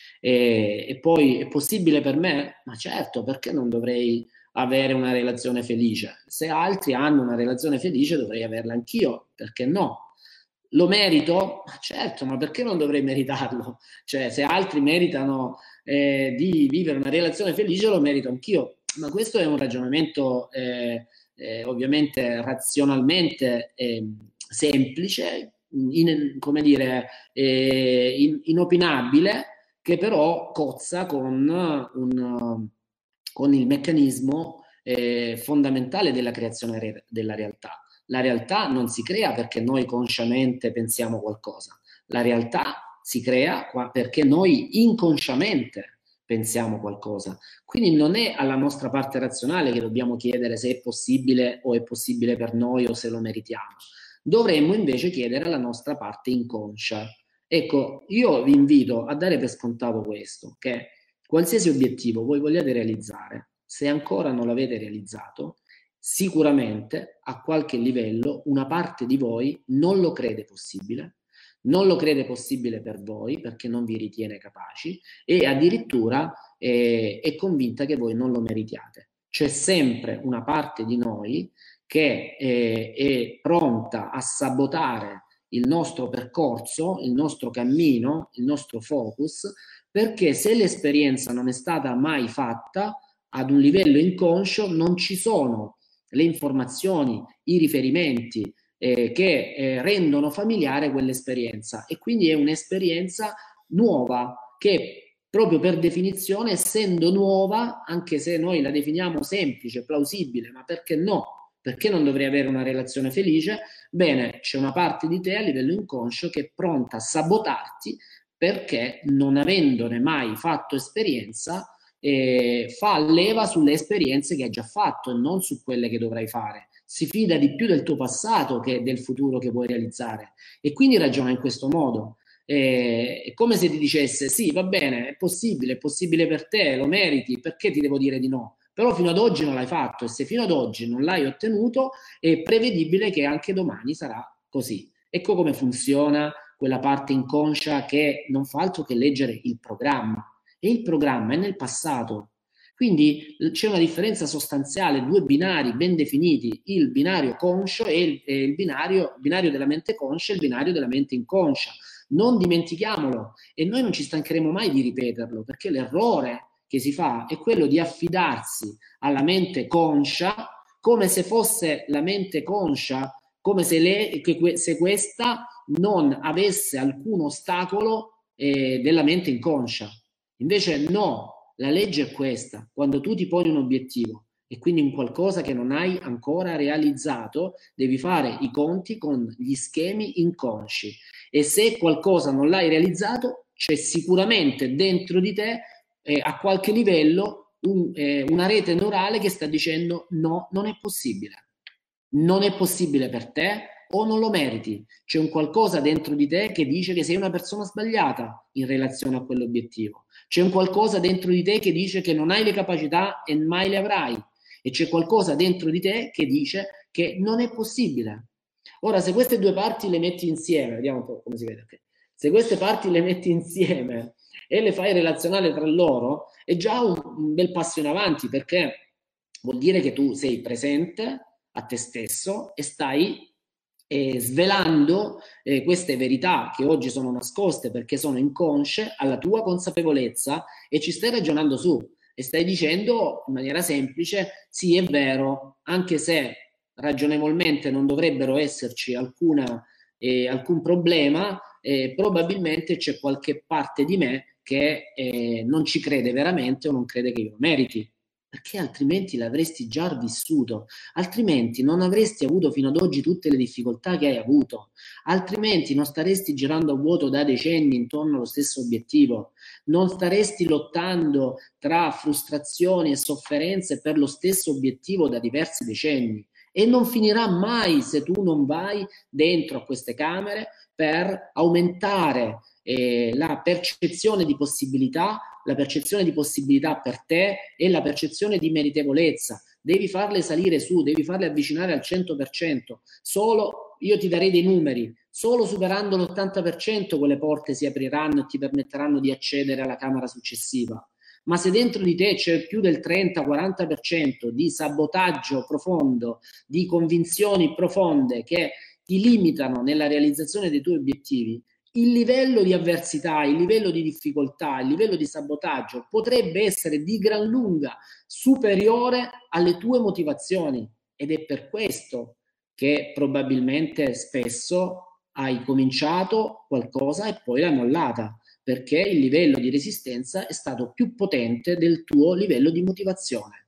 E, e poi è possibile per me? Ma certo, perché non dovrei avere una relazione felice? Se altri hanno una relazione felice dovrei averla anch'io, perché no? Lo merito? Certo, ma perché non dovrei meritarlo? Cioè, se altri meritano eh, di vivere una relazione felice, lo merito anch'io. Ma questo è un ragionamento eh, eh, ovviamente razionalmente eh, semplice, in, come dire, eh, in, inopinabile, che però cozza con, un, con il meccanismo eh, fondamentale della creazione re- della realtà. La realtà non si crea perché noi consciamente pensiamo qualcosa, la realtà si crea qua perché noi inconsciamente pensiamo qualcosa. Quindi non è alla nostra parte razionale che dobbiamo chiedere se è possibile o è possibile per noi o se lo meritiamo. Dovremmo invece chiedere alla nostra parte inconscia. Ecco, io vi invito a dare per scontato questo, che qualsiasi obiettivo voi vogliate realizzare, se ancora non l'avete realizzato, sicuramente a qualche livello una parte di voi non lo crede possibile, non lo crede possibile per voi perché non vi ritiene capaci e addirittura eh, è convinta che voi non lo meritiate. C'è sempre una parte di noi che eh, è pronta a sabotare il nostro percorso, il nostro cammino, il nostro focus, perché se l'esperienza non è stata mai fatta ad un livello inconscio non ci sono le informazioni, i riferimenti eh, che eh, rendono familiare quell'esperienza e quindi è un'esperienza nuova che proprio per definizione, essendo nuova, anche se noi la definiamo semplice, plausibile, ma perché no? Perché non dovrei avere una relazione felice? Bene, c'è una parte di te a livello inconscio che è pronta a sabotarti perché, non avendone mai fatto esperienza, eh, fa leva sulle esperienze che hai già fatto e non su quelle che dovrai fare. Si fida di più del tuo passato che del futuro che vuoi realizzare, e quindi ragiona in questo modo. Eh, è come se ti dicesse: sì, va bene, è possibile, è possibile per te, lo meriti, perché ti devo dire di no? Però fino ad oggi non l'hai fatto, e se fino ad oggi non l'hai ottenuto, è prevedibile che anche domani sarà così. Ecco come funziona quella parte inconscia che non fa altro che leggere il programma, e il programma è nel passato. Quindi c'è una differenza sostanziale, due binari ben definiti, il binario conscio e il, e il binario, binario della mente conscia e il binario della mente inconscia. Non dimentichiamolo, e noi non ci stancheremo mai di ripeterlo, perché l'errore che si fa è quello di affidarsi alla mente conscia come se fosse la mente conscia, come se, le, che, se questa non avesse alcun ostacolo eh, della mente inconscia. Invece no, la legge è questa: quando tu ti poni un obiettivo e quindi un qualcosa che non hai ancora realizzato, devi fare i conti con gli schemi inconsci, e se qualcosa non l'hai realizzato, c'è sicuramente dentro di te eh, a qualche livello un, eh, una rete neurale che sta dicendo: no, non è possibile, non è possibile per te, o non lo meriti. C'è un qualcosa dentro di te che dice che sei una persona sbagliata in relazione a quell'obiettivo. C'è un qualcosa dentro di te che dice che non hai le capacità e mai le avrai, e c'è qualcosa dentro di te che dice che non è possibile. Ora, se queste due parti le metti insieme, vediamo un po' come si vede. Okay. Se queste parti le metti insieme e le fai relazionare tra loro, è già un, un bel passo in avanti, perché vuol dire che tu sei presente a te stesso e stai eh, svelando eh, queste verità che oggi sono nascoste perché sono inconsce alla tua consapevolezza, e ci stai ragionando su, e stai dicendo in maniera semplice: sì, è vero, anche se ragionevolmente non dovrebbero esserci alcuna, eh, alcun problema, eh, probabilmente c'è qualche parte di me che eh, non ci crede veramente, o non crede che io lo meriti, perché altrimenti l'avresti già vissuto, altrimenti non avresti avuto fino ad oggi tutte le difficoltà che hai avuto, altrimenti non staresti girando a vuoto da decenni intorno allo stesso obiettivo, non staresti lottando tra frustrazioni e sofferenze per lo stesso obiettivo da diversi decenni, e non finirà mai se tu non vai dentro a queste camere per aumentare eh, la percezione di possibilità, la percezione di possibilità per te e la percezione di meritevolezza. Devi farle salire su, devi farle avvicinare al cento per cento. Solo, io ti darei dei numeri, solo superando l'ottanta per cento quelle porte si apriranno e ti permetteranno di accedere alla camera successiva. Ma se dentro di te c'è più del trenta quaranta per cento di sabotaggio profondo, di convinzioni profonde che ti limitano nella realizzazione dei tuoi obiettivi, il livello di avversità, il livello di difficoltà, il livello di sabotaggio potrebbe essere di gran lunga superiore alle tue motivazioni, ed è per questo che probabilmente spesso hai cominciato qualcosa e poi l'hai mollata, perché il livello di resistenza è stato più potente del tuo livello di motivazione.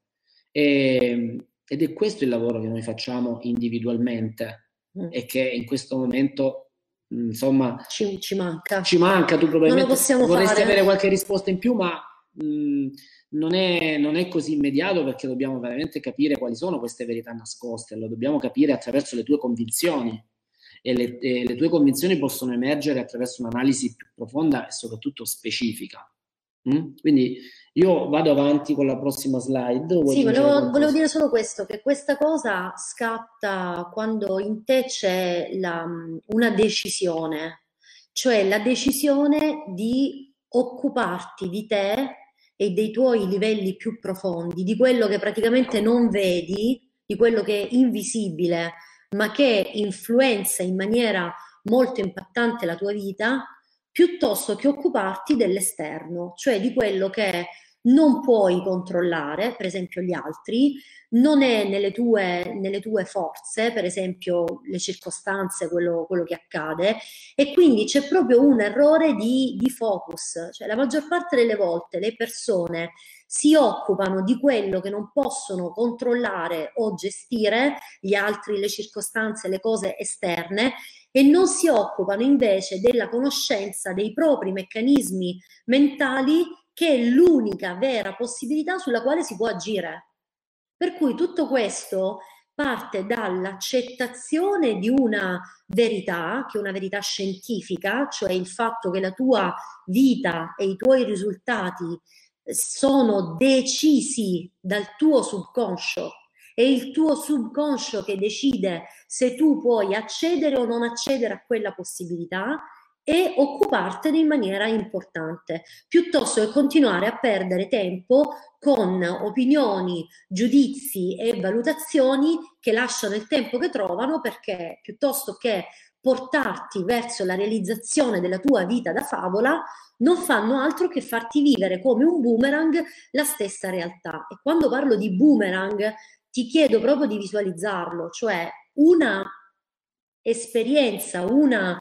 E, ed è questo il lavoro che noi facciamo individualmente mm. e che in questo momento insomma ci, ci manca ci manca. Tu probabilmente vorresti fare. avere qualche risposta in più, ma mh, non, è, non è così immediato, perché dobbiamo veramente capire quali sono queste verità nascoste, lo dobbiamo capire attraverso le tue convinzioni, e le, e le tue convinzioni possono emergere attraverso un'analisi più profonda e soprattutto specifica. Mm? Quindi io vado avanti con la prossima slide. Sì, volevo, volevo dire solo questo, che questa cosa scatta quando in te c'è la, una decisione, cioè la decisione di occuparti di te e dei tuoi livelli più profondi, di quello che praticamente non vedi, di quello che è invisibile, ma che influenza in maniera molto impattante la tua vita, piuttosto che occuparti dell'esterno, cioè di quello che non puoi controllare, per esempio gli altri, non è nelle tue, nelle tue forze, per esempio le circostanze, quello, quello che accade, e quindi c'è proprio un errore di, di focus, cioè la maggior parte delle volte le persone si occupano di quello che non possono controllare o gestire, gli altri, le circostanze, le cose esterne, e non si occupano invece della conoscenza dei propri meccanismi mentali, che è l'unica vera possibilità sulla quale si può agire. Per cui tutto questo parte dall'accettazione di una verità, che è una verità scientifica, cioè il fatto che la tua vita e i tuoi risultati sono decisi dal tuo subconscio. È il tuo subconscio che decide se tu puoi accedere o non accedere a quella possibilità e occupartene in maniera importante, piuttosto che continuare a perdere tempo con opinioni, giudizi e valutazioni che lasciano il tempo che trovano, perché piuttosto che portarti verso la realizzazione della tua vita da favola, non fanno altro che farti vivere come un boomerang la stessa realtà. E quando parlo di boomerang ti chiedo proprio di visualizzarlo, cioè una esperienza, una,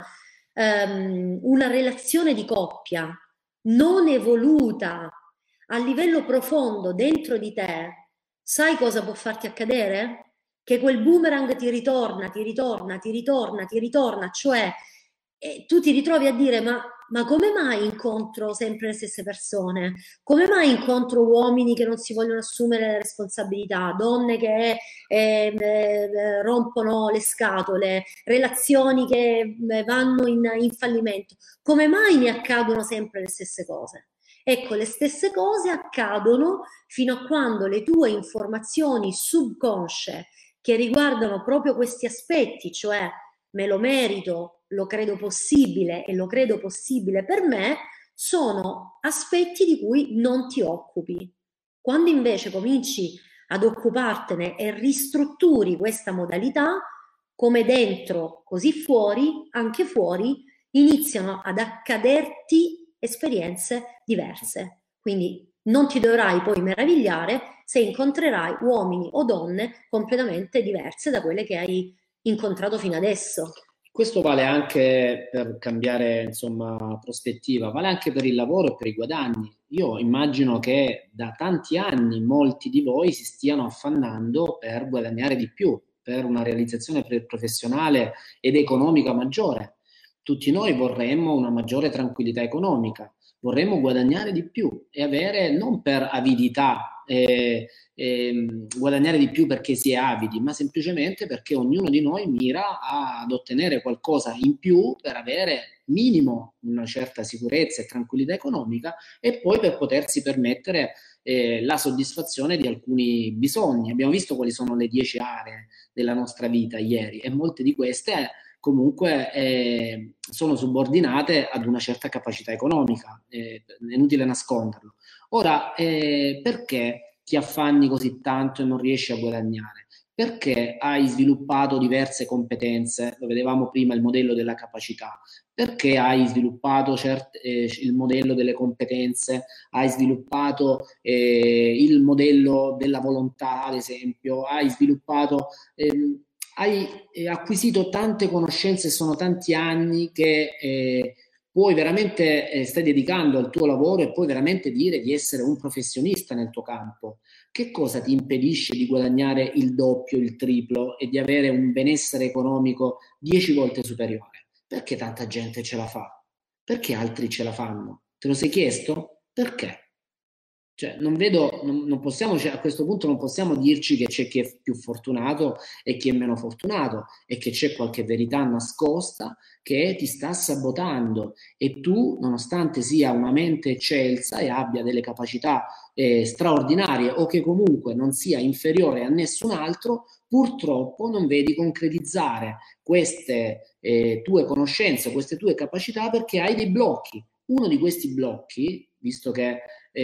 um, una relazione di coppia non evoluta a livello profondo dentro di te. Sai cosa può farti accadere? Che quel boomerang ti ritorna, ti ritorna, ti ritorna, ti ritorna, cioè eh, tu ti ritrovi a dire ma, ma come mai incontro sempre le stesse persone? Come mai incontro uomini che non si vogliono assumere le responsabilità, donne che eh, eh, rompono le scatole, relazioni che eh, vanno in, in fallimento? Come mai mi accadono sempre le stesse cose? Ecco, le stesse cose accadono fino a quando le tue informazioni subconsce che riguardano proprio questi aspetti, cioè me lo merito, lo credo possibile e lo credo possibile per me, sono aspetti di cui non ti occupi. Quando invece cominci ad occupartene e ristrutturi questa modalità, come dentro così fuori, anche fuori iniziano ad accaderti esperienze diverse. Quindi non ti dovrai poi meravigliare se incontrerai uomini o donne completamente diverse da quelle che hai incontrato fino adesso. Questo vale anche per cambiare, insomma, prospettiva, vale anche per il lavoro e per i guadagni. Io immagino che da tanti anni molti di voi si stiano affannando per guadagnare di più, per una realizzazione professionale ed economica maggiore. Tutti noi vorremmo una maggiore tranquillità economica, vorremmo guadagnare di più e avere, non per avidità, eh, eh, guadagnare di più perché si è avidi, ma semplicemente perché ognuno di noi mira ad ottenere qualcosa in più per avere minimo una certa sicurezza e tranquillità economica e poi per potersi permettere eh, la soddisfazione di alcuni bisogni. Abbiamo visto quali sono le dieci aree della nostra vita ieri e molte di queste comunque eh, sono subordinate ad una certa capacità economica, eh, è inutile nasconderlo. Ora, eh, perché ti affanni così tanto e non riesci a guadagnare? Perché hai sviluppato diverse competenze, lo vedevamo prima, il modello della capacità, perché hai sviluppato certe, eh, il modello delle competenze, hai sviluppato eh, il modello della volontà, ad esempio, hai sviluppato... Eh, hai eh, acquisito tante conoscenze, sono tanti anni che eh, puoi veramente, eh, stai dedicando al tuo lavoro e puoi veramente dire di essere un professionista nel tuo campo. Che cosa ti impedisce di guadagnare il doppio, il triplo e di avere un benessere economico dieci volte superiore? Perché tanta gente ce la fa? Perché altri ce la fanno? Te lo sei chiesto? Perché? Cioè, non vedo, non, non possiamo, cioè, a questo punto non possiamo dirci che c'è chi è più fortunato e chi è meno fortunato e che c'è qualche verità nascosta che ti sta sabotando e tu, nonostante sia una mente eccelsa e abbia delle capacità eh, straordinarie o che comunque non sia inferiore a nessun altro, purtroppo non vedi concretizzare queste eh, tue conoscenze, queste tue capacità perché hai dei blocchi. Uno di questi blocchi, visto che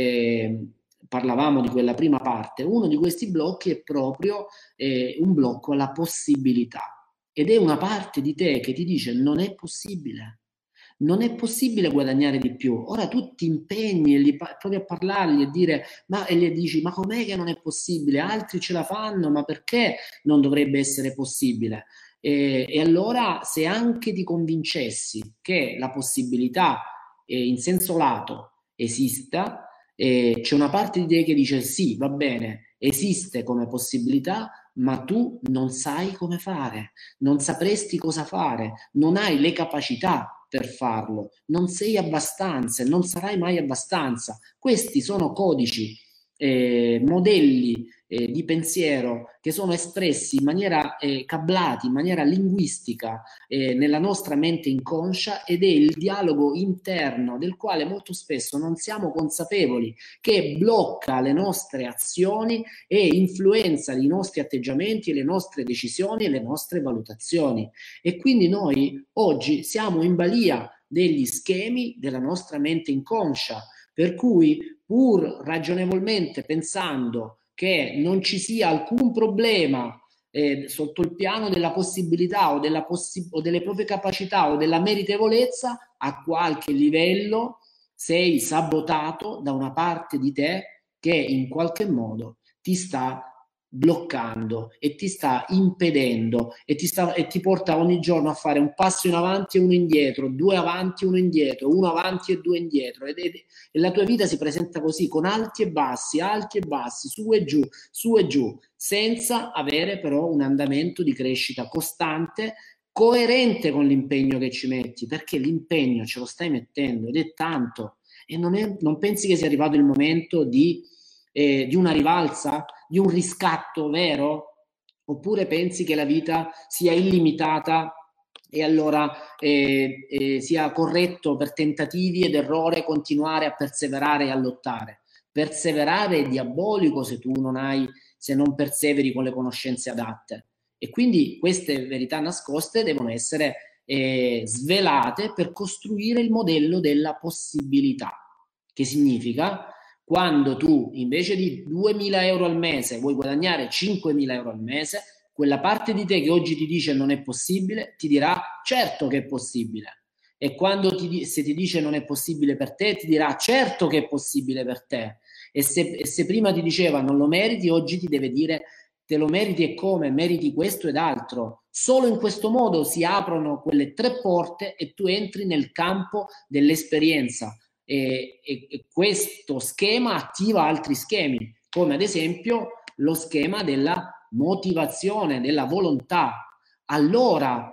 eh, parlavamo di quella prima parte, uno di questi blocchi è proprio eh, un blocco alla possibilità ed è una parte di te che ti dice non è possibile, non è possibile guadagnare di più. Ora tu ti impegni e gli provi a parlargli e dire, ma, e gli dici, ma com'è che non è possibile? Altri ce la fanno, ma perché non dovrebbe essere possibile? E, e allora, se anche ti convincessi che la possibilità eh, in senso lato esista, eh, c'è una parte di te che dice sì, va bene, esiste come possibilità, ma tu non sai come fare, non sapresti cosa fare, non hai le capacità per farlo, non sei abbastanza, non sarai mai abbastanza. Questi sono codici, eh, modelli eh, di pensiero che sono espressi in maniera eh, cablati, in maniera linguistica eh, nella nostra mente inconscia, ed è il dialogo interno del quale molto spesso non siamo consapevoli, che blocca le nostre azioni e influenza i nostri atteggiamenti, le nostre decisioni e le nostre valutazioni. E quindi noi oggi siamo in balia degli schemi della nostra mente inconscia, per cui pur ragionevolmente pensando che non ci sia alcun problema eh, sotto il piano della possibilità o, della possi- o delle proprie capacità o della meritevolezza, a qualche livello sei sabotato da una parte di te che in qualche modo ti sta bloccando e ti sta impedendo e ti, sta, e ti porta ogni giorno a fare un passo in avanti e uno indietro, due avanti e uno indietro, uno avanti e due indietro, ed, ed, e la tua vita si presenta così, con alti e bassi, alti e bassi, su e giù, su e giù, senza avere però un andamento di crescita costante, coerente con l'impegno che ci metti, perché l'impegno ce lo stai mettendo ed è tanto, e non, è, non pensi che sia arrivato il momento di, eh, di una rivalsa, di un riscatto vero? Oppure pensi che la vita sia illimitata e allora eh, eh, sia corretto per tentativi ed errore continuare a perseverare e a lottare? Perseverare è diabolico se tu non hai, se non perseveri con le conoscenze adatte. E quindi queste verità nascoste devono essere eh, svelate per costruire il modello della possibilità, che significa quando tu invece di duemila euro al mese vuoi guadagnare cinquemila euro al mese, quella parte di te che oggi ti dice non è possibile ti dirà certo che è possibile, e quando ti, se ti dice non è possibile per te ti dirà certo che è possibile per te, e se, e se prima ti diceva non lo meriti, oggi ti deve dire te lo meriti, e come? Meriti questo ed altro. Solo in questo modo si aprono quelle tre porte e tu entri nel campo dell'esperienza. E, e, e questo schema attiva altri schemi, come ad esempio lo schema della motivazione, della volontà. Allora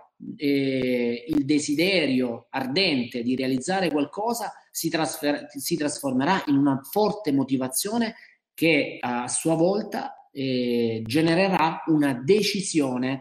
eh, il desiderio ardente di realizzare qualcosa si, trasfer- si trasformerà in una forte motivazione che a sua volta eh, genererà una decisione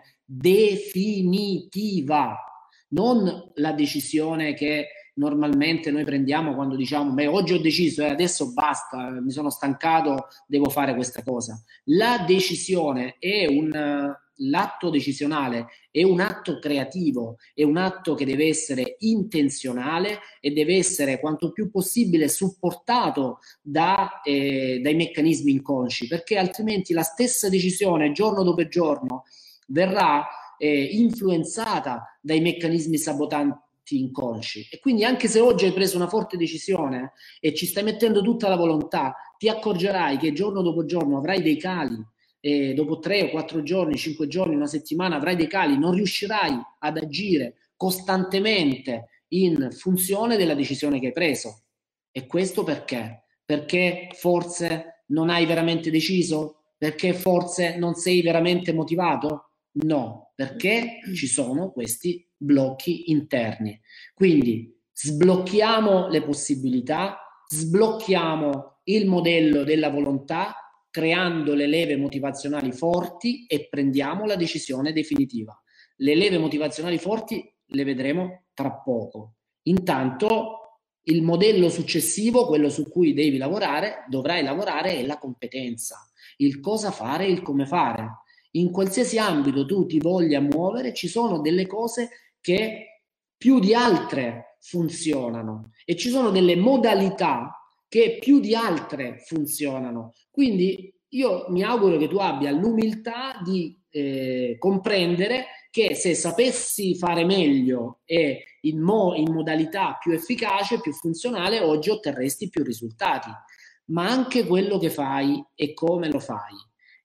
definitiva, non la decisione che normalmente noi prendiamo quando diciamo beh, oggi ho deciso e eh, adesso basta, mi sono stancato, devo fare questa cosa. La decisione è un l'atto decisionale è un atto creativo, è un atto che deve essere intenzionale e deve essere quanto più possibile supportato da, eh, dai meccanismi inconsci, perché altrimenti la stessa decisione giorno dopo giorno verrà eh, influenzata dai meccanismi sabotanti inconsci. E quindi anche se oggi hai preso una forte decisione e ci stai mettendo tutta la volontà, ti accorgerai che giorno dopo giorno avrai dei cali, e dopo tre o quattro giorni, cinque giorni, una settimana avrai dei cali, non riuscirai ad agire costantemente in funzione della decisione che hai preso. E questo perché? Perché forse non hai veramente deciso? Perché forse non sei veramente motivato? No, perché ci sono questi blocchi interni. Quindi sblocchiamo le possibilità, sblocchiamo il modello della volontà, creando le leve motivazionali forti, e prendiamo la decisione definitiva. Le leve motivazionali forti le vedremo tra poco. Intanto il modello successivo, quello su cui devi lavorare, dovrai lavorare, è la competenza, il cosa fare, il come fare. In qualsiasi ambito tu ti voglia muovere, ci sono delle cose che più di altre funzionano e ci sono delle modalità che più di altre funzionano. Quindi io mi auguro che tu abbia l'umiltà di eh, comprendere che se sapessi fare meglio e in, mo, in modalità più efficace, più funzionale, oggi otterresti più risultati. Ma anche quello che fai e come lo fai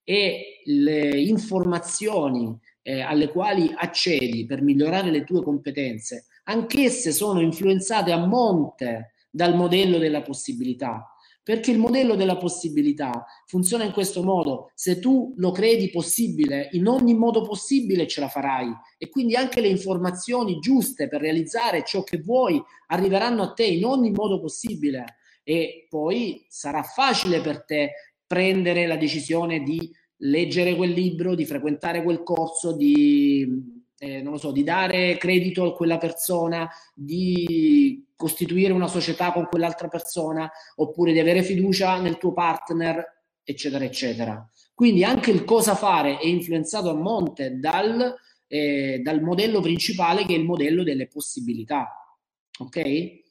e le informazioni eh, alle quali accedi per migliorare le tue competenze, anch'esse sono influenzate a monte dal modello della possibilità. Perché il modello della possibilità funziona in questo modo: se tu lo credi possibile, in ogni modo possibile ce la farai, e quindi anche le informazioni giuste per realizzare ciò che vuoi arriveranno a te in ogni modo possibile, e poi sarà facile per te prendere la decisione di leggere quel libro, di frequentare quel corso, di Eh, non lo so, di dare credito a quella persona, di costituire una società con quell'altra persona, oppure di avere fiducia nel tuo partner, eccetera, eccetera. Quindi anche il cosa fare è influenzato a monte dal, eh, dal modello principale, che è il modello delle possibilità. Ok?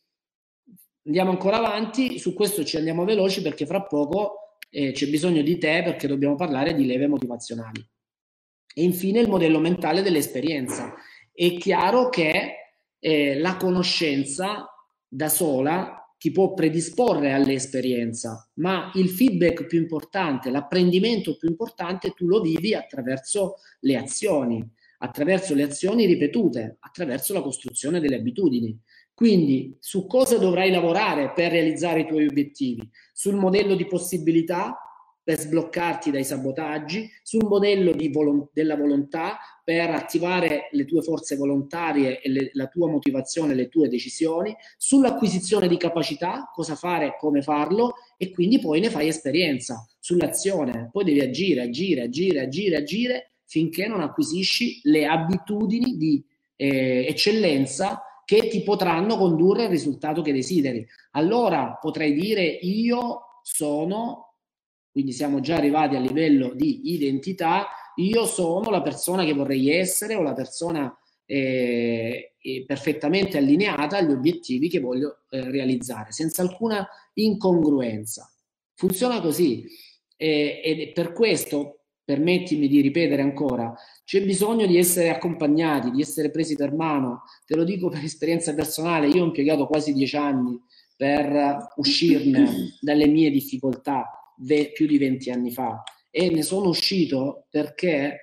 Andiamo ancora avanti, su questo ci andiamo veloci perché fra poco eh, c'è bisogno di te, perché dobbiamo parlare di leve motivazionali. E infine il modello mentale dell'esperienza. È chiaro che eh, la conoscenza da sola ti può predisporre all'esperienza, ma il feedback più importante, l'apprendimento più importante, tu lo vivi attraverso le azioni, attraverso le azioni ripetute, attraverso la costruzione delle abitudini. Quindi su cosa dovrai lavorare per realizzare i tuoi obiettivi? Sul modello di possibilità, per sbloccarti dai sabotaggi, sul modello di volo- della volontà, per attivare le tue forze volontarie e le, la tua motivazione, le tue decisioni, sull'acquisizione di capacità, cosa fare, come farlo, e quindi poi ne fai esperienza, sull'azione, poi devi agire, agire, agire, agire, agire, finché non acquisisci le abitudini di eh, eccellenza che ti potranno condurre al risultato che desideri. Allora potrai dire: io sono... Quindi siamo già arrivati a livello di identità: io sono la persona che vorrei essere, o la persona eh, perfettamente allineata agli obiettivi che voglio eh, realizzare, senza alcuna incongruenza. Funziona così, eh, ed per questo, permettimi di ripetere ancora, c'è bisogno di essere accompagnati, di essere presi per mano. Te lo dico per esperienza personale: io ho impiegato quasi dieci anni per uscirne dalle mie difficoltà, più di venti anni fa, e ne sono uscito perché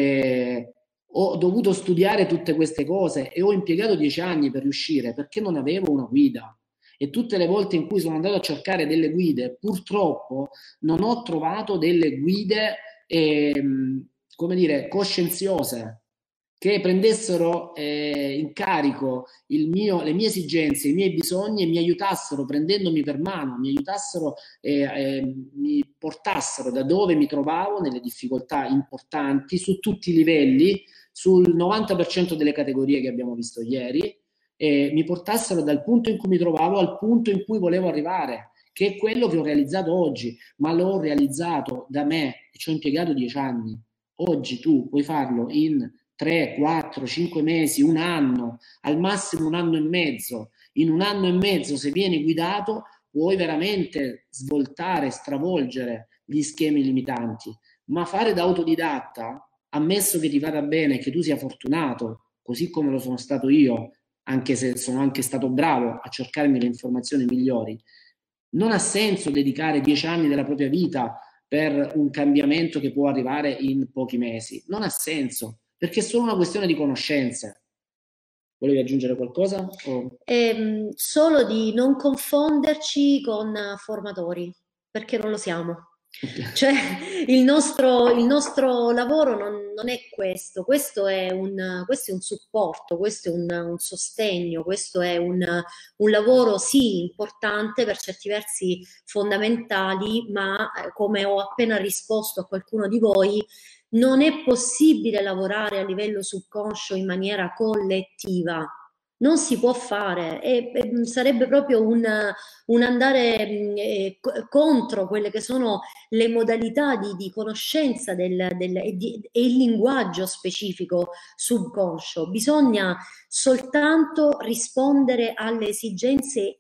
eh, ho dovuto studiare tutte queste cose e ho impiegato dieci anni per riuscire, perché non avevo una guida. E tutte le volte in cui sono andato a cercare delle guide, purtroppo non ho trovato delle guide eh, come dire, coscienziose, che prendessero eh, in carico il mio, le mie esigenze, i miei bisogni, e mi aiutassero, prendendomi per mano, mi aiutassero, eh, eh, mi portassero da dove mi trovavo, nelle difficoltà importanti, su tutti i livelli, sul novanta per cento delle categorie che abbiamo visto ieri, eh, mi portassero dal punto in cui mi trovavo al punto in cui volevo arrivare, che è quello che ho realizzato oggi, ma l'ho realizzato da me e ci ho impiegato dieci anni. Oggi tu puoi farlo in tre, quattro, cinque mesi, un anno, al massimo un anno e mezzo. In un anno e mezzo, se vieni guidato, puoi veramente svoltare, stravolgere gli schemi limitanti. Ma fare da autodidatta, ammesso che ti vada bene, che tu sia fortunato, così come lo sono stato io, anche se sono anche stato bravo a cercarmi le informazioni migliori, non ha senso dedicare dieci anni della propria vita per un cambiamento che può arrivare in pochi mesi. Non ha senso, perché è solo una questione di conoscenze. Volevi aggiungere qualcosa? O... Eh, solo di non confonderci con formatori, perché non lo siamo. Cioè il nostro, il nostro lavoro non, non è questo, questo è un, questo è un supporto, questo è un, un sostegno, questo è un, un lavoro sì importante, per certi versi fondamentali, ma eh, come ho appena risposto a qualcuno di voi, non è possibile lavorare a livello subconscio in maniera collettiva. Non si può fare, e, e sarebbe proprio un, un andare eh, contro quelle che sono le modalità di, di conoscenza del, del, e, di, e il linguaggio specifico subconscio. Bisogna soltanto rispondere alle esigenze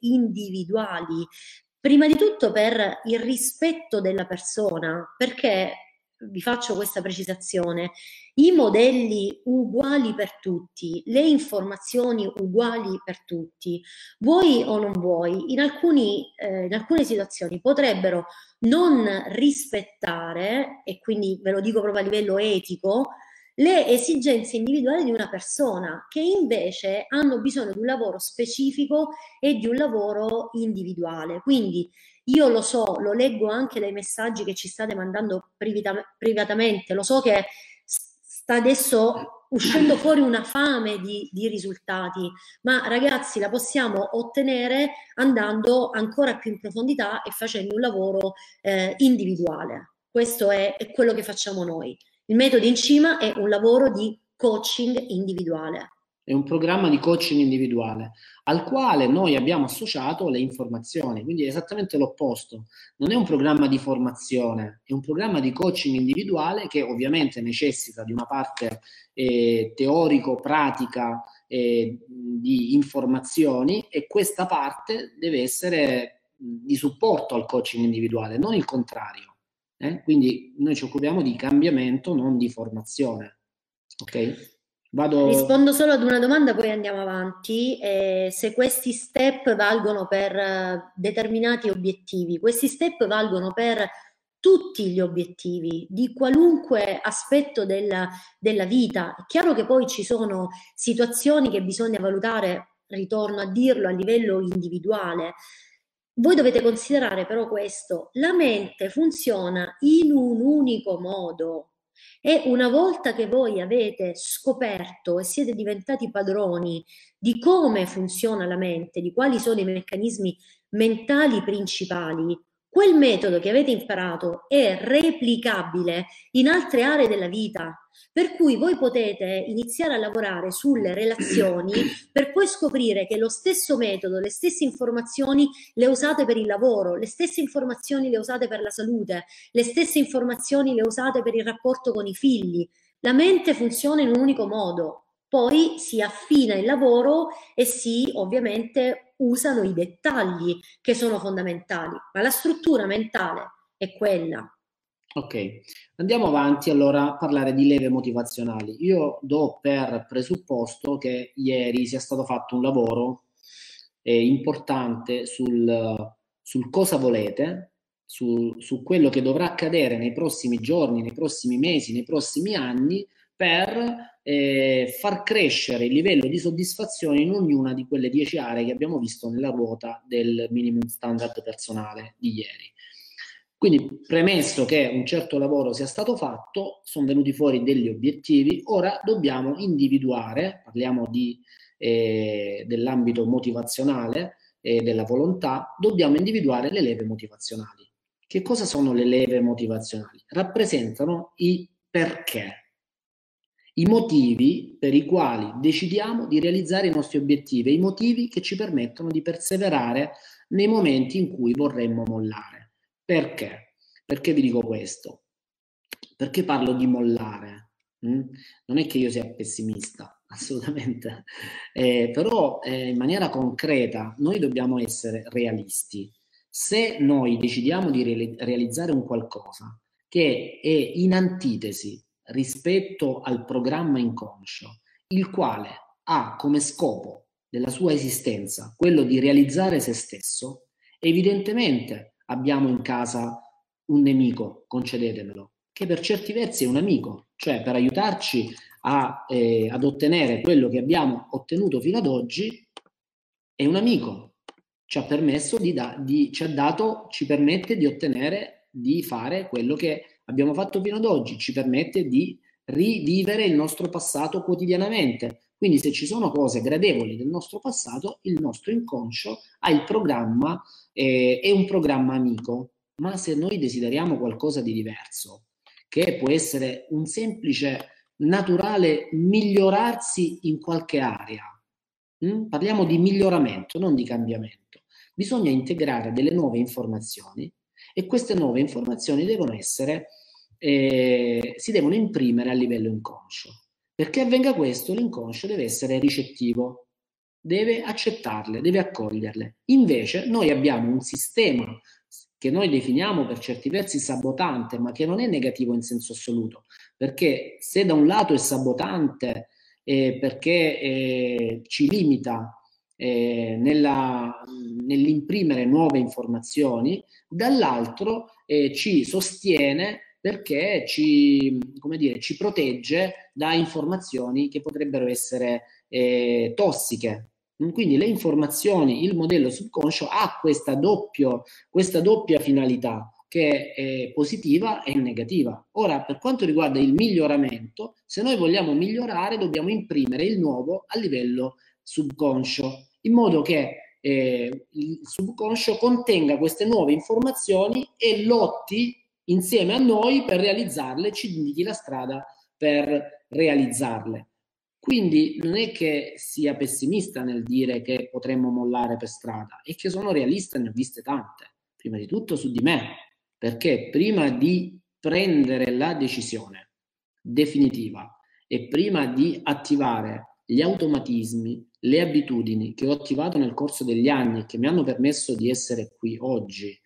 individuali, prima di tutto per il rispetto della persona, perché vi faccio questa precisazione, i modelli uguali per tutti, le informazioni uguali per tutti, vuoi o non vuoi, in, alcuni, eh, in alcune situazioni potrebbero non rispettare, e quindi ve lo dico proprio a livello etico, le esigenze individuali di una persona, che invece hanno bisogno di un lavoro specifico e di un lavoro individuale. Quindi io lo so, lo leggo anche dai messaggi che ci state mandando privatamente, lo so che sta adesso uscendo fuori una fame di, di risultati, ma ragazzi la possiamo ottenere andando ancora più in profondità e facendo un lavoro eh, individuale. Questo è, è quello che facciamo noi. Il metodo in cima è un lavoro di coaching individuale. È un programma di coaching individuale al quale noi abbiamo associato le informazioni, quindi è esattamente l'opposto. Non è un programma di formazione, è un programma di coaching individuale che ovviamente necessita di una parte eh, teorico-pratica eh, di informazioni, e questa parte deve essere di supporto al coaching individuale, non il contrario. Eh? Quindi noi ci occupiamo di cambiamento, non di formazione. Ok? Vado... Rispondo solo ad una domanda, poi andiamo avanti. Eh, se questi step valgono per uh, determinati obiettivi, questi step valgono per tutti gli obiettivi di qualunque aspetto della, della vita. È chiaro che poi ci sono situazioni che bisogna valutare, ritorno a dirlo, a livello individuale. Voi dovete considerare però questo: la mente funziona in un unico modo. E una volta che voi avete scoperto e siete diventati padroni di come funziona la mente, di quali sono i meccanismi mentali principali, quel metodo che avete imparato è replicabile in altre aree della vita. Per cui voi potete iniziare a lavorare sulle relazioni per poi scoprire che lo stesso metodo, le stesse informazioni le usate per il lavoro, le stesse informazioni le usate per la salute, le stesse informazioni le usate per il rapporto con i figli. La mente funziona in un unico modo, poi si affina il lavoro e si ovviamente usano i dettagli che sono fondamentali, ma la struttura mentale è quella. Ok, andiamo avanti allora a parlare di leve motivazionali. Io do per presupposto che ieri sia stato fatto un lavoro eh, importante sul, sul cosa volete, su, su quello che dovrà accadere nei prossimi giorni, nei prossimi mesi, nei prossimi anni, per eh, far crescere il livello di soddisfazione in ognuna di quelle dieci aree che abbiamo visto nella ruota del minimum standard personale di ieri. Quindi, premesso che un certo lavoro sia stato fatto, sono venuti fuori degli obiettivi, ora dobbiamo individuare, parliamo di, eh, dell'ambito motivazionale e eh, della volontà, dobbiamo individuare le leve motivazionali. Che cosa sono le leve motivazionali? Rappresentano i perché, i motivi per i quali decidiamo di realizzare i nostri obiettivi, i motivi che ci permettono di perseverare nei momenti in cui vorremmo mollare. Perché? Perché vi dico questo? Perché parlo di mollare? Mm? Non è che io sia pessimista, assolutamente, eh, però eh, in maniera concreta noi dobbiamo essere realisti. Se noi decidiamo di re- realizzare un qualcosa che è in antitesi rispetto al programma inconscio, il quale ha come scopo della sua esistenza quello di realizzare se stesso, evidentemente abbiamo in casa un nemico, concedetemelo, che per certi versi è un amico, cioè per aiutarci a, eh, ad ottenere quello che abbiamo ottenuto fino ad oggi, è un amico, ci ha permesso di, da, di ci ha dato, ci permette di ottenere, di fare quello che abbiamo fatto fino ad oggi, ci permette di rivivere il nostro passato quotidianamente. Quindi se ci sono cose gradevoli del nostro passato, il nostro inconscio ha il programma, eh, è un programma amico. Ma se noi desideriamo qualcosa di diverso, che può essere un semplice, naturale migliorarsi in qualche area, hm? Parliamo di miglioramento, non di cambiamento, bisogna integrare delle nuove informazioni e queste nuove informazioni devono essere, eh, si devono imprimere a livello inconscio. Perché avvenga questo, l'inconscio deve essere ricettivo, deve accettarle, deve accoglierle. Invece noi abbiamo un sistema che noi definiamo per certi versi sabotante, ma che non è negativo in senso assoluto, perché se da un lato è sabotante eh, perché eh, ci limita eh, nella, nell'imprimere nuove informazioni, dall'altro eh, ci sostiene perché ci, come dire, ci protegge da informazioni che potrebbero essere eh, tossiche. Quindi le informazioni, il modello subconscio ha questa, doppio, questa doppia finalità, che è positiva e negativa. Ora, per quanto riguarda il miglioramento, se noi vogliamo migliorare dobbiamo imprimere il nuovo a livello subconscio, in modo che eh, il subconscio contenga queste nuove informazioni e lotti insieme a noi per realizzarle, ci indichi la strada per realizzarle. Quindi non è che sia pessimista nel dire che potremmo mollare per strada, è che sono realista, ne ho viste tante, prima di tutto su di me, perché prima di prendere la decisione definitiva e prima di attivare gli automatismi, le abitudini che ho attivato nel corso degli anni e che mi hanno permesso di essere qui oggi,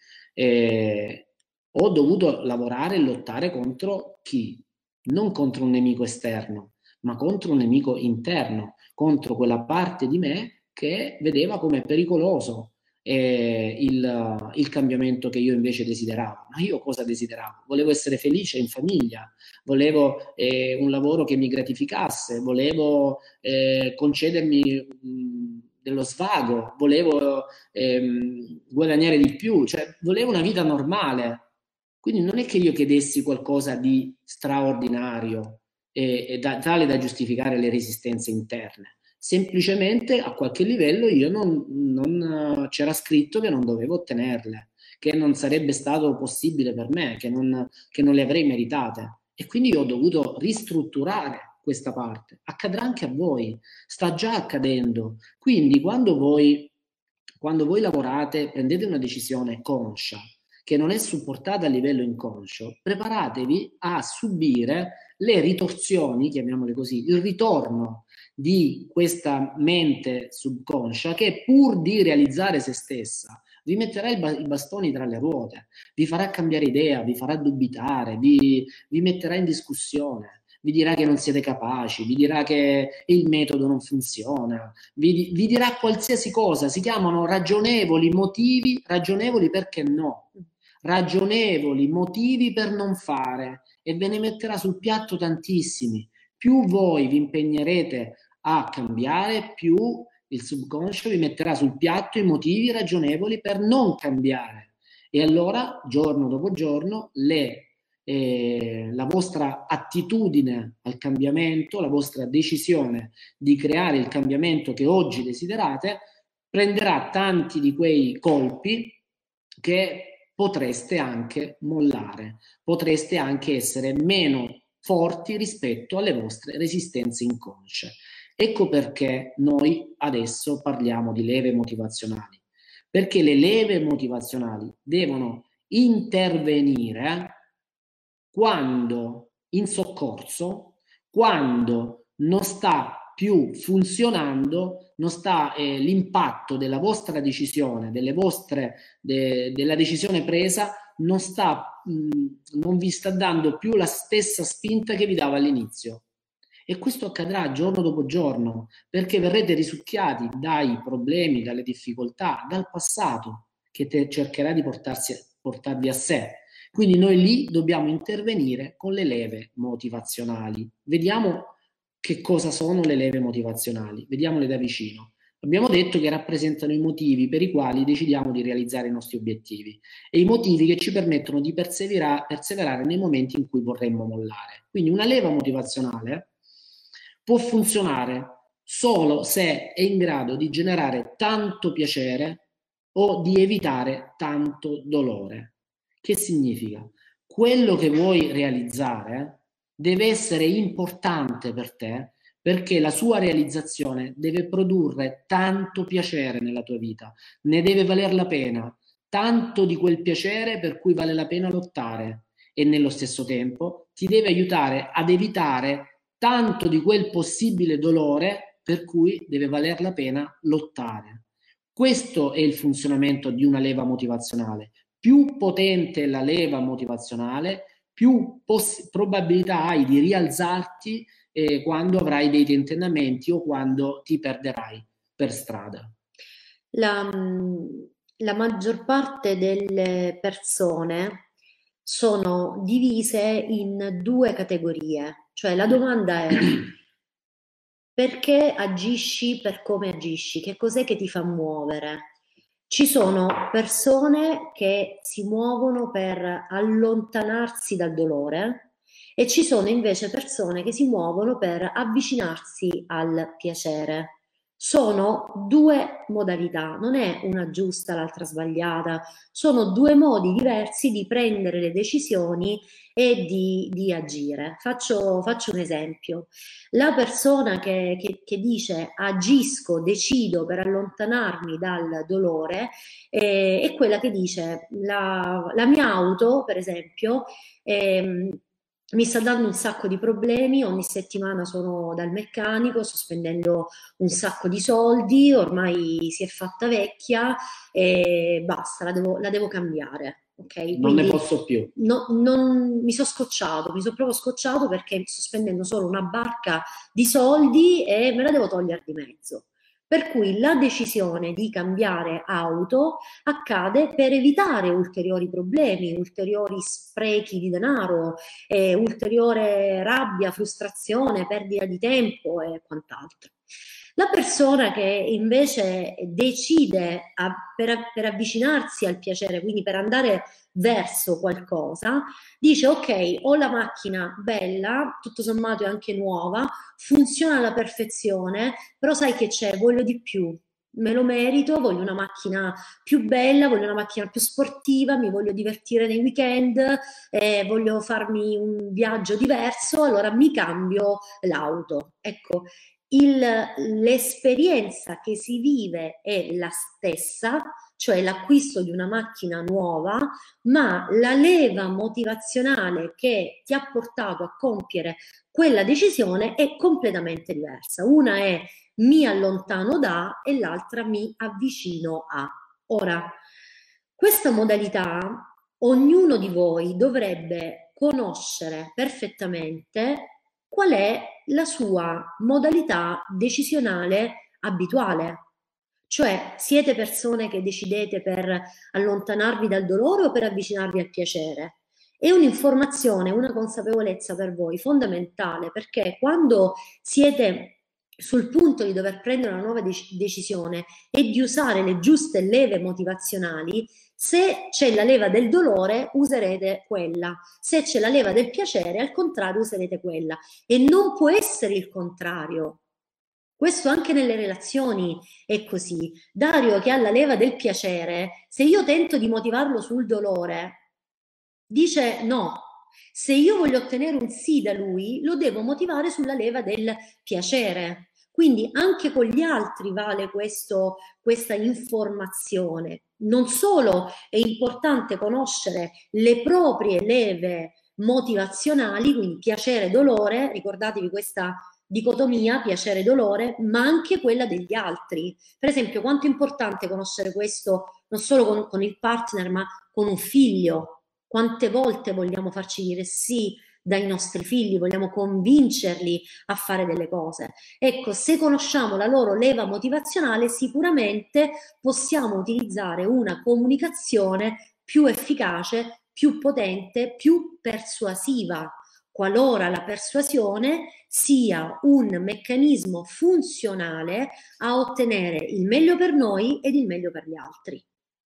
eh, ho dovuto lavorare e lottare contro chi? Non contro un nemico esterno, ma contro un nemico interno, contro quella parte di me che vedeva come pericoloso eh, il, il cambiamento che io invece desideravo. Ma io cosa desideravo? Volevo essere felice in famiglia, volevo eh, un lavoro che mi gratificasse, volevo eh, concedermi mh, dello svago, volevo ehm, guadagnare di più, cioè volevo una vita normale. Quindi non è che io chiedessi qualcosa di straordinario e, e da, tale da giustificare le resistenze interne. Semplicemente a qualche livello io non, non c'era scritto che non dovevo ottenerle, che non sarebbe stato possibile per me, che non, che non le avrei meritate. E quindi io ho dovuto ristrutturare questa parte. Accadrà anche a voi, sta già accadendo. Quindi quando voi, quando voi lavorate, prendete una decisione conscia, che non è supportata a livello inconscio, preparatevi a subire le ritorsioni, chiamiamole così, il ritorno di questa mente subconscia che pur di realizzare se stessa vi metterà i bastoni tra le ruote, vi farà cambiare idea, vi farà dubitare, vi, vi metterà in discussione, vi dirà che non siete capaci, vi dirà che il metodo non funziona, vi, vi dirà qualsiasi cosa. Si chiamano ragionevoli motivi, ragionevoli perché no, ragionevoli motivi per non fare, e ve ne metterà sul piatto tantissimi. Più voi vi impegnerete a cambiare, più il subconscio vi metterà sul piatto i motivi ragionevoli per non cambiare, e allora giorno dopo giorno le, eh, la vostra attitudine al cambiamento, la vostra decisione di creare il cambiamento che oggi desiderate prenderà tanti di quei colpi che potreste anche mollare, potreste anche essere meno forti rispetto alle vostre resistenze inconsce. Ecco perché noi adesso parliamo di leve motivazionali, perché le leve motivazionali devono intervenire quando in soccorso, quando non sta più funzionando, non sta eh, l'impatto della vostra decisione, delle vostre, de, della decisione presa, non, sta, mh, non vi sta dando più la stessa spinta che vi dava all'inizio. E questo accadrà giorno dopo giorno, perché verrete risucchiati dai problemi, dalle difficoltà, dal passato, che te cercherà di portarsi, portarvi a sé. Quindi noi lì dobbiamo intervenire con le leve motivazionali. Vediamo che cosa sono le leve motivazionali, vediamole da vicino. Abbiamo detto che rappresentano i motivi per i quali decidiamo di realizzare i nostri obiettivi e i motivi che ci permettono di persevera- perseverare nei momenti in cui vorremmo mollare. Quindi una leva motivazionale può funzionare solo se è in grado di generare tanto piacere o di evitare tanto dolore. Che significa? Quello che vuoi realizzare deve essere importante per te, perché la sua realizzazione deve produrre tanto piacere nella tua vita, ne deve valer la pena, tanto di quel piacere per cui vale la pena lottare, e nello stesso tempo ti deve aiutare ad evitare tanto di quel possibile dolore per cui deve valer la pena lottare. Questo è il funzionamento di una leva motivazionale. più potente è la leva motivazionale, più probabilità hai di rialzarti eh, quando avrai dei tentennamenti o quando ti perderai per strada. La, la maggior parte delle persone sono divise in due categorie, cioè la domanda è: perché agisci per come agisci? Che cos'è che ti fa muovere? Ci sono persone che si muovono per allontanarsi dal dolore e ci sono invece persone che si muovono per avvicinarsi al piacere. Sono due modalità, non è una giusta, l'altra sbagliata, sono due modi diversi di prendere le decisioni e di, di agire. Faccio, faccio un esempio. La persona che, che, che dice agisco, decido per allontanarmi dal dolore eh, è quella che dice la, la mia auto, per esempio, ehm, mi sta dando un sacco di problemi, ogni settimana sono dal meccanico, sto spendendo un sacco di soldi, ormai si è fatta vecchia e basta, la devo, la devo cambiare. Okay? Non Quindi ne posso più. No, non, mi sono scocciato, mi sono proprio scocciato perché sto spendendo solo una barca di soldi e me la devo togliere di mezzo. Per cui la decisione di cambiare auto accade per evitare ulteriori problemi, ulteriori sprechi di denaro, eh, ulteriore rabbia, frustrazione, perdita di tempo e quant'altro. La persona che invece decide a, per, per avvicinarsi al piacere, quindi per andare verso qualcosa, dice ok, ho la macchina bella, tutto sommato è anche nuova, funziona alla perfezione, però sai che c'è, voglio di più, me lo merito, voglio una macchina più bella, voglio una macchina più sportiva, mi voglio divertire nei weekend, eh, voglio farmi un viaggio diverso, allora mi cambio l'auto. Ecco, l'esperienza che si vive è la stessa, cioè l'acquisto di una macchina nuova, ma la leva motivazionale che ti ha portato a compiere quella decisione è completamente diversa. Una è mi allontano da e l'altra mi avvicino a. Ora, questa modalità ognuno di voi dovrebbe conoscere perfettamente qual è la sua modalità decisionale abituale. Cioè, siete persone che decidete per allontanarvi dal dolore o per avvicinarvi al piacere? È un'informazione, una consapevolezza per voi fondamentale, perché quando siete sul punto di dover prendere una nuova dec- decisione e di usare le giuste leve motivazionali, se c'è la leva del dolore userete quella, se c'è la leva del piacere al contrario userete quella, e non può essere il contrario. Questo anche nelle relazioni è così. Dario, che ha la leva del piacere, se io tento di motivarlo sul dolore, dice no. Se io voglio ottenere un sì da lui, lo devo motivare sulla leva del piacere. Quindi anche con gli altri vale questo, questa informazione. Non solo è importante conoscere le proprie leve motivazionali, quindi piacere e dolore, ricordatevi questa dicotomia piacere-dolore, ma anche quella degli altri. Per esempio, quanto è importante conoscere questo non solo con, con il partner, ma con un figlio. Quante volte vogliamo farci dire sì dai nostri figli, vogliamo convincerli a fare delle cose. Ecco, se conosciamo la loro leva motivazionale, sicuramente possiamo utilizzare una comunicazione più efficace, più potente, più persuasiva, qualora la persuasione sia un meccanismo funzionale a ottenere il meglio per noi ed il meglio per gli altri.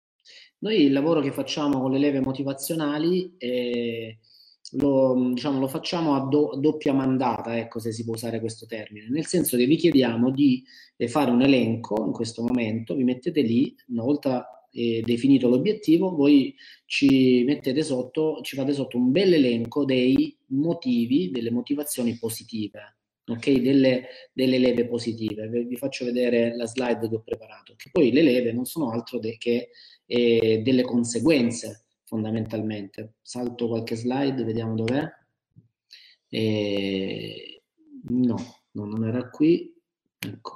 Noi il lavoro che facciamo con le leve motivazionali eh, lo, diciamo, lo facciamo a, do, a doppia mandata, ecco, se si può usare questo termine, nel senso che vi chiediamo di eh, fare un elenco in questo momento, vi mettete lì, una volta eh, definito l'obiettivo, voi ci mettete sotto, ci fate sotto un bel elenco dei motivi, delle motivazioni positive. Ok, delle, delle leve positive. Vi faccio vedere la slide che ho preparato, che poi le leve non sono altro che eh, delle conseguenze fondamentalmente. Salto qualche slide, vediamo dov'è. Eh, no, no, non era qui. Ecco.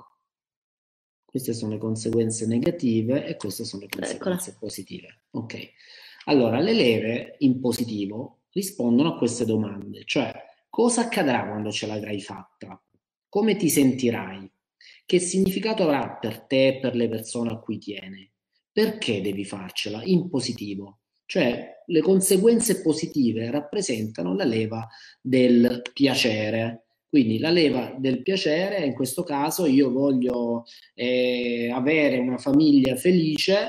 Queste sono le conseguenze negative e queste sono le conseguenze Eccola. positive. Ok. Allora, le leve in positivo rispondono a queste domande, cioè cosa accadrà quando ce l'avrai fatta? Come ti sentirai? Che significato avrà per te e per le persone a cui tieni? Perché devi farcela? In positivo. Cioè, le conseguenze positive rappresentano la leva del piacere. Quindi la leva del piacere, in questo caso io voglio eh, avere una famiglia felice.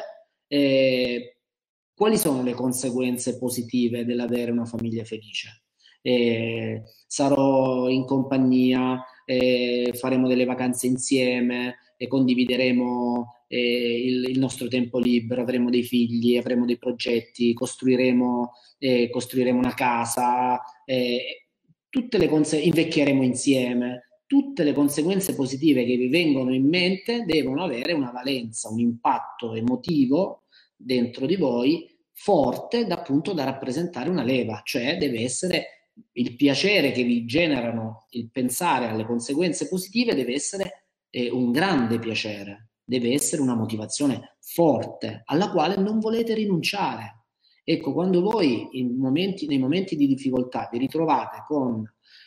Eh, quali sono le conseguenze positive dell'avere una famiglia felice? Eh, sarò in compagnia, eh, faremo delle vacanze insieme, e condivideremo eh, il, il nostro tempo libero, avremo dei figli, avremo dei progetti, costruiremo, eh, costruiremo una casa, eh, tutte le conse- invecchieremo insieme. Tutte le conseguenze positive che vi vengono in mente devono avere una valenza, un impatto emotivo dentro di voi forte, da, appunto, da rappresentare una leva, cioè deve essere il piacere che vi generano il pensare alle conseguenze positive, deve essere eh, un grande piacere, deve essere una motivazione forte alla quale non volete rinunciare. Ecco, quando voi in momenti, nei momenti di difficoltà vi ritrovate con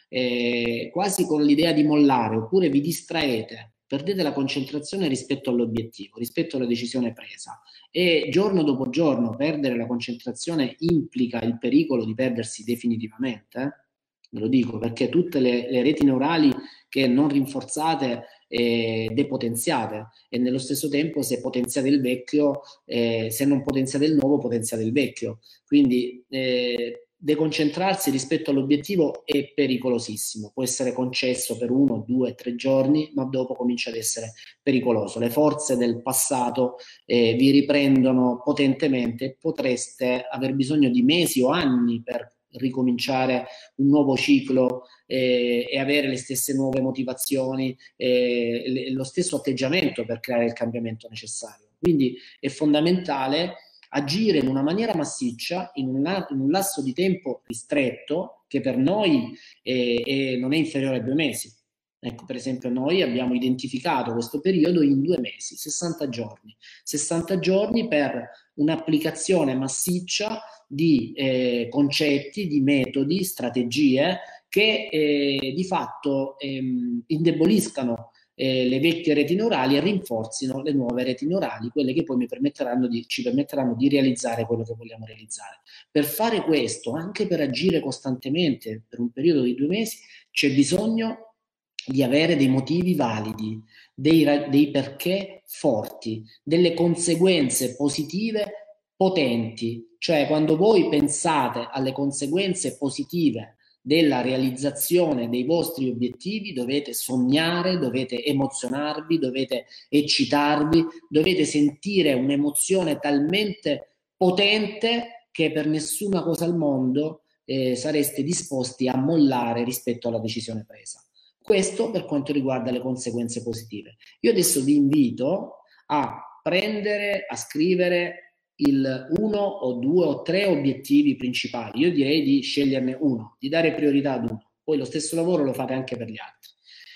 eh, quasi con l'idea di mollare, oppure vi distraete, perdete la concentrazione rispetto all'obiettivo, rispetto alla decisione presa, e giorno dopo giorno perdere la concentrazione implica il pericolo di perdersi definitivamente, eh? Ve lo dico perché tutte le, le reti neurali che non rinforzate eh, depotenziate, e nello stesso tempo se potenziate il vecchio, eh, se non potenziate il nuovo, potenziate il vecchio. Quindi eh, deconcentrarsi rispetto all'obiettivo è pericolosissimo, può essere concesso per uno, due, tre giorni, ma dopo comincia ad essere pericoloso. Le forze del passato eh, vi riprendono potentemente e potreste aver bisogno di mesi o anni per ricominciare un nuovo ciclo eh, e avere le stesse nuove motivazioni, eh, le, lo stesso atteggiamento per creare il cambiamento necessario. Quindi è fondamentale agire in una maniera massiccia, in un, in un lasso di tempo ristretto, che per noi è, è, non è inferiore a due mesi. Ecco, per esempio, noi abbiamo identificato questo periodo in due mesi, sessanta giorni. sessanta giorni per un'applicazione massiccia di eh, concetti, di metodi, strategie che eh, di fatto ehm, indeboliscano eh, le vecchie reti neurali e rinforzino le nuove reti neurali, quelle che poi mi permetteranno di, ci permetteranno di realizzare quello che vogliamo realizzare. Per fare questo, anche per agire costantemente per un periodo di due mesi, c'è bisogno di avere dei motivi validi, dei, dei perché forti, delle conseguenze positive potenti. Cioè, quando voi pensate alle conseguenze positive della realizzazione dei vostri obiettivi, dovete sognare, dovete emozionarvi, dovete eccitarvi, dovete sentire un'emozione talmente potente che per nessuna cosa al mondo eh, sareste disposti a mollare rispetto alla decisione presa. Questo per quanto riguarda le conseguenze positive. Io adesso vi invito a prendere, a scrivere il uno o due o tre obiettivi principali. Io direi di sceglierne uno, di dare priorità ad uno. Poi lo stesso lavoro lo fate anche per gli altri.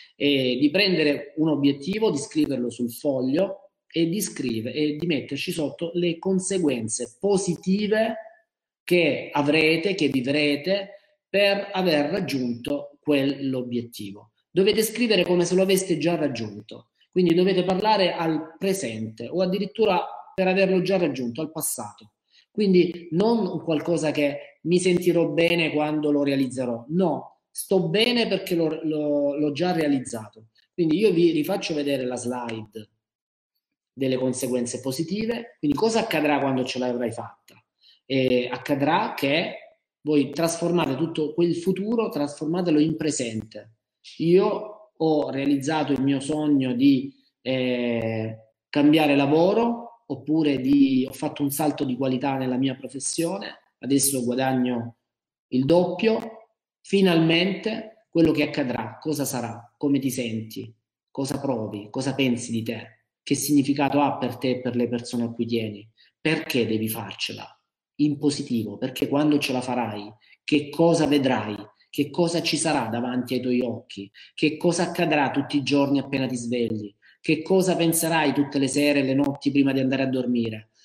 E di prendere un obiettivo, di scriverlo sul foglio e di scrivere e di metterci sotto le conseguenze positive che avrete, che vivrete per aver raggiunto quell'obiettivo. Dovete scrivere come se lo aveste già raggiunto, quindi dovete parlare al presente o addirittura per averlo già raggiunto, al passato. Quindi non qualcosa che mi sentirò bene quando lo realizzerò, no, sto bene perché l'ho, l'ho, l'ho già realizzato. Quindi io vi rifaccio vedere la slide delle conseguenze positive. Quindi cosa accadrà quando ce l'avrai fatta? Eh, accadrà che voi trasformate tutto quel futuro, trasformatelo in presente. Io ho realizzato il mio sogno di eh, cambiare lavoro, oppure di, ho fatto un salto di qualità nella mia professione, adesso guadagno il doppio. Finalmente quello che accadrà, cosa sarà? Come ti senti? Cosa provi? Cosa pensi di te? Che significato ha per te e per le persone a cui tieni? Perché devi farcela? In positivo, perché quando ce la farai, che cosa vedrai? Che cosa ci sarà davanti ai tuoi occhi? Che cosa accadrà tutti i giorni appena ti svegli? Che cosa penserai tutte le sere e le notti prima di andare a dormire?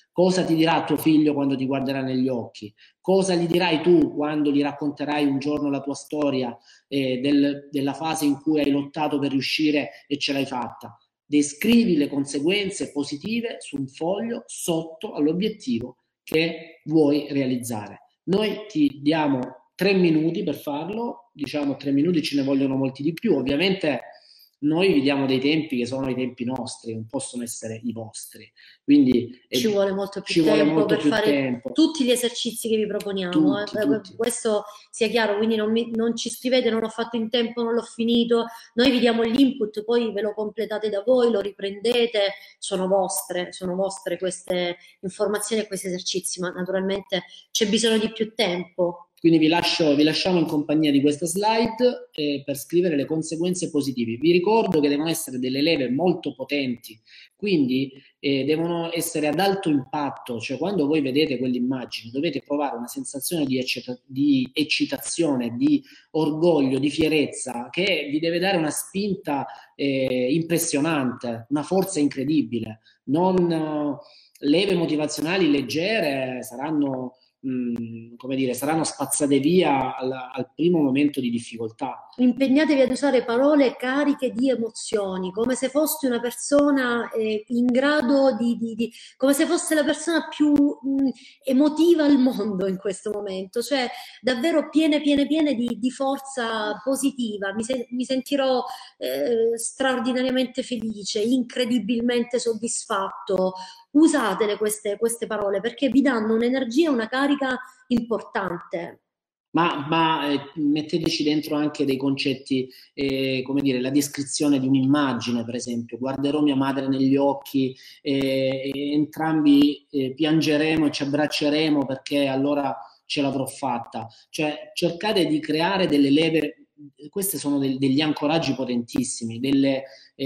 Cosa ti dirà tuo figlio quando ti guarderà negli occhi? Cosa gli dirai tu quando gli racconterai un giorno la tua storia eh, del, della fase in cui hai lottato per riuscire e ce l'hai fatta? Descrivi le conseguenze positive su un foglio sotto all'obiettivo che vuoi realizzare. Noi ti diamo tre minuti per farlo, diciamo tre minuti, ce ne vogliono molti di più. Ovviamente noi vi diamo dei tempi che sono i tempi nostri, non possono essere i vostri. Quindi ci eh, vuole molto più ci tempo vuole molto per più fare tempo. tutti gli esercizi che vi proponiamo. Tutti, eh. tutti. Questo sia chiaro, quindi non, mi, non ci scrivete non ho fatto in tempo, non l'ho finito. Noi vi diamo l'input, poi ve lo completate da voi, lo riprendete, sono vostre, sono vostre queste informazioni e questi esercizi, ma naturalmente c'è bisogno di più tempo. Quindi vi, lascio, vi lasciamo in compagnia di questa slide eh, per scrivere le conseguenze positive. Vi ricordo che devono essere delle leve molto potenti, quindi eh, devono essere ad alto impatto, cioè quando voi vedete quell'immagine dovete provare una sensazione di, eccita di eccitazione, di orgoglio, di fierezza, che vi deve dare una spinta eh, impressionante, una forza incredibile. Non eh, leve motivazionali leggere saranno... Mh, come dire, saranno spazzate via al, al primo momento di difficoltà. Impegnatevi ad usare parole cariche di emozioni, come se foste una persona eh, in grado di, di, di, come se fosse la persona più mh, emotiva al mondo in questo momento, cioè davvero piene, piene, piene di, di forza positiva. Mi, se, mi sentirò eh, straordinariamente felice, incredibilmente soddisfatto. Usatele queste, queste parole perché vi danno un'energia, una carica importante. Ma, ma eh, metteteci dentro anche dei concetti, eh, come dire, la descrizione di un'immagine, per esempio, guarderò mia madre negli occhi eh, e entrambi eh, piangeremo e ci abbracceremo perché allora ce l'avrò fatta. Cioè cercate di creare delle leve, questi sono del, degli ancoraggi potentissimi, delle,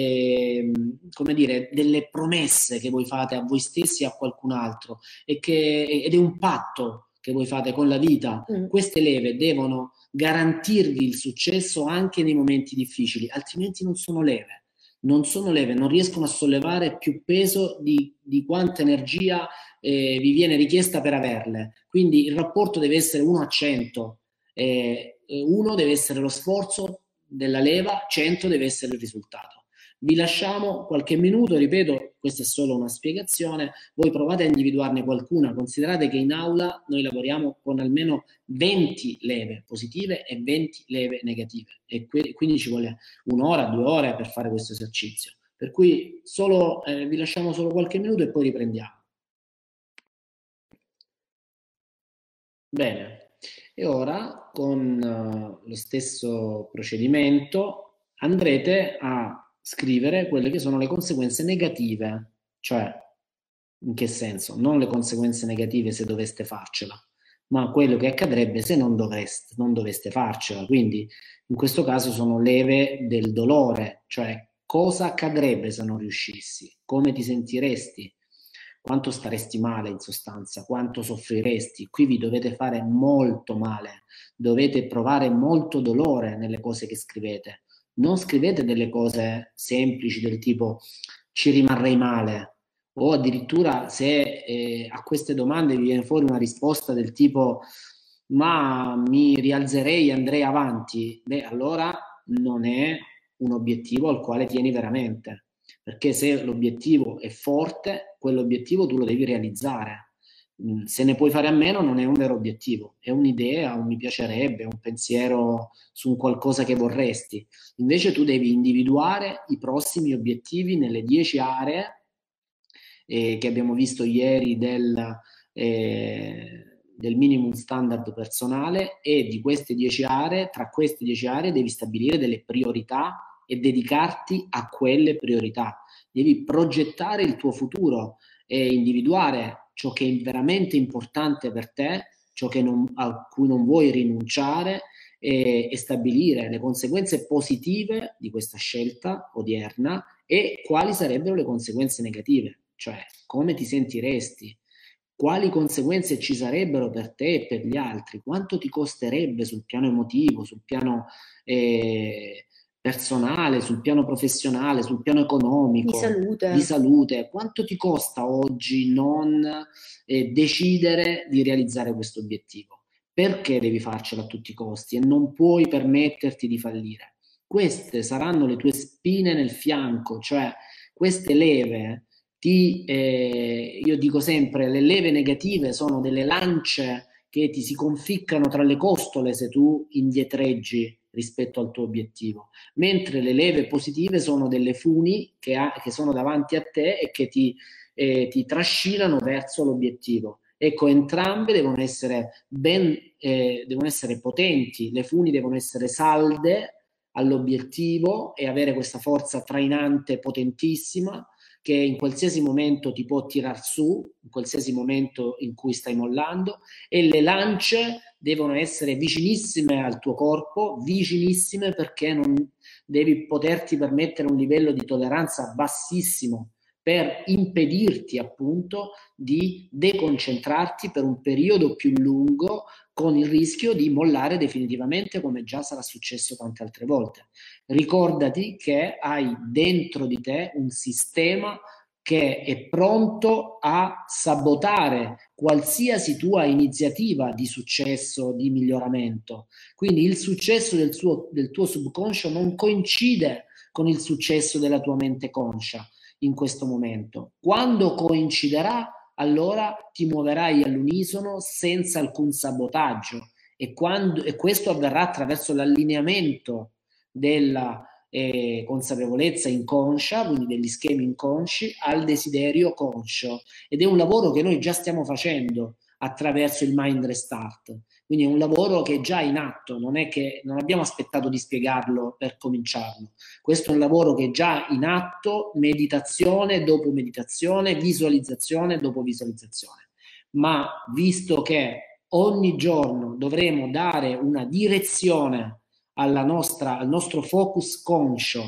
eh, come dire, delle promesse che voi fate a voi stessi e a qualcun altro e che, ed è un patto che voi fate con la vita. Mm. Queste leve devono garantirvi il successo anche nei momenti difficili, altrimenti non sono leve, non sono leve, non riescono a sollevare più peso di, di quanta energia eh, vi viene richiesta per averle. Quindi il rapporto deve essere uno a cento, eh, uno deve essere lo sforzo della leva, cento deve essere il risultato. Vi lasciamo qualche minuto, ripeto, questa è solo una spiegazione, voi provate a individuarne qualcuna, considerate che in aula noi lavoriamo con almeno venti leve positive e venti leve negative e quindi ci vuole un'ora, due ore per fare questo esercizio, per cui solo, eh, vi lasciamo solo qualche minuto e poi riprendiamo. Bene, e ora con uh, lo stesso procedimento andrete a scrivere quelle che sono le conseguenze negative, cioè in che senso? Non le conseguenze negative se doveste farcela, ma quello che accadrebbe se non, dovreste, non doveste farcela. Quindi in questo caso sono leve del dolore, cioè cosa accadrebbe se non riuscissi, come ti sentiresti, quanto staresti male in sostanza, quanto soffriresti. Qui vi dovete fare molto male, dovete provare molto dolore nelle cose che scrivete. Non scrivete delle cose semplici del tipo ci rimarrei male, o addirittura se eh, a queste domande vi viene fuori una risposta del tipo ma mi rialzerei e andrei avanti, beh allora non è un obiettivo al quale tieni veramente, perché se l'obiettivo è forte, quell'obiettivo tu lo devi realizzare. Se ne puoi fare a meno non è un vero obiettivo, è un'idea, un mi piacerebbe, un pensiero su un qualcosa che vorresti. Invece tu devi individuare i prossimi obiettivi nelle dieci aree eh, che abbiamo visto ieri del, eh, del minimum standard personale, e di queste dieci aree, tra queste dieci aree devi stabilire delle priorità e dedicarti a quelle priorità. Devi progettare il tuo futuro e individuare ciò che è veramente importante per te, ciò che non, a cui non vuoi rinunciare e, e stabilire le conseguenze positive di questa scelta odierna e quali sarebbero le conseguenze negative, cioè come ti sentiresti, quali conseguenze ci sarebbero per te e per gli altri, quanto ti costerebbe sul piano emotivo, sul piano eh, personale, sul piano professionale, sul piano economico, di salute. di salute. Quanto ti costa oggi non eh, decidere di realizzare questo obiettivo? Perché devi farcela a tutti i costi e non puoi permetterti di fallire? Queste saranno le tue spine nel fianco, cioè queste leve, ti, eh, io dico sempre, le leve negative sono delle lance che ti si conficcano tra le costole se tu indietreggi rispetto al tuo obiettivo, mentre le leve positive sono delle funi che, ha, che sono davanti a te e che ti, eh, ti trascinano verso l'obiettivo. Ecco, entrambe devono essere ben, eh, devono essere potenti, le funi devono essere salde all'obiettivo e avere questa forza trainante potentissima che in qualsiasi momento ti può tirar su, in qualsiasi momento in cui stai mollando, e le lance devono essere vicinissime al tuo corpo, vicinissime, perché non devi poterti permettere un livello di tolleranza bassissimo per impedirti appunto di deconcentrarti per un periodo più lungo, con il rischio di mollare definitivamente, come già sarà successo tante altre volte. Ricordati che hai dentro di te un sistema che è pronto a sabotare qualsiasi tua iniziativa di successo, di miglioramento. Quindi il successo del, suo, del tuo subconscio non coincide con il successo della tua mente conscia in questo momento. Quando coinciderà, allora ti muoverai all'unisono senza alcun sabotaggio, e, quando, e questo avverrà attraverso l'allineamento della eh, consapevolezza inconscia, quindi degli schemi inconsci, al desiderio conscio, ed è un lavoro che noi già stiamo facendo attraverso il Mind Restart. Quindi è un lavoro che è già in atto, non è che non abbiamo aspettato di spiegarlo per cominciarlo. Questo è un lavoro che è già in atto, meditazione dopo meditazione, visualizzazione dopo visualizzazione. Ma visto che ogni giorno dovremo dare una direzione alla nostra, al nostro focus conscio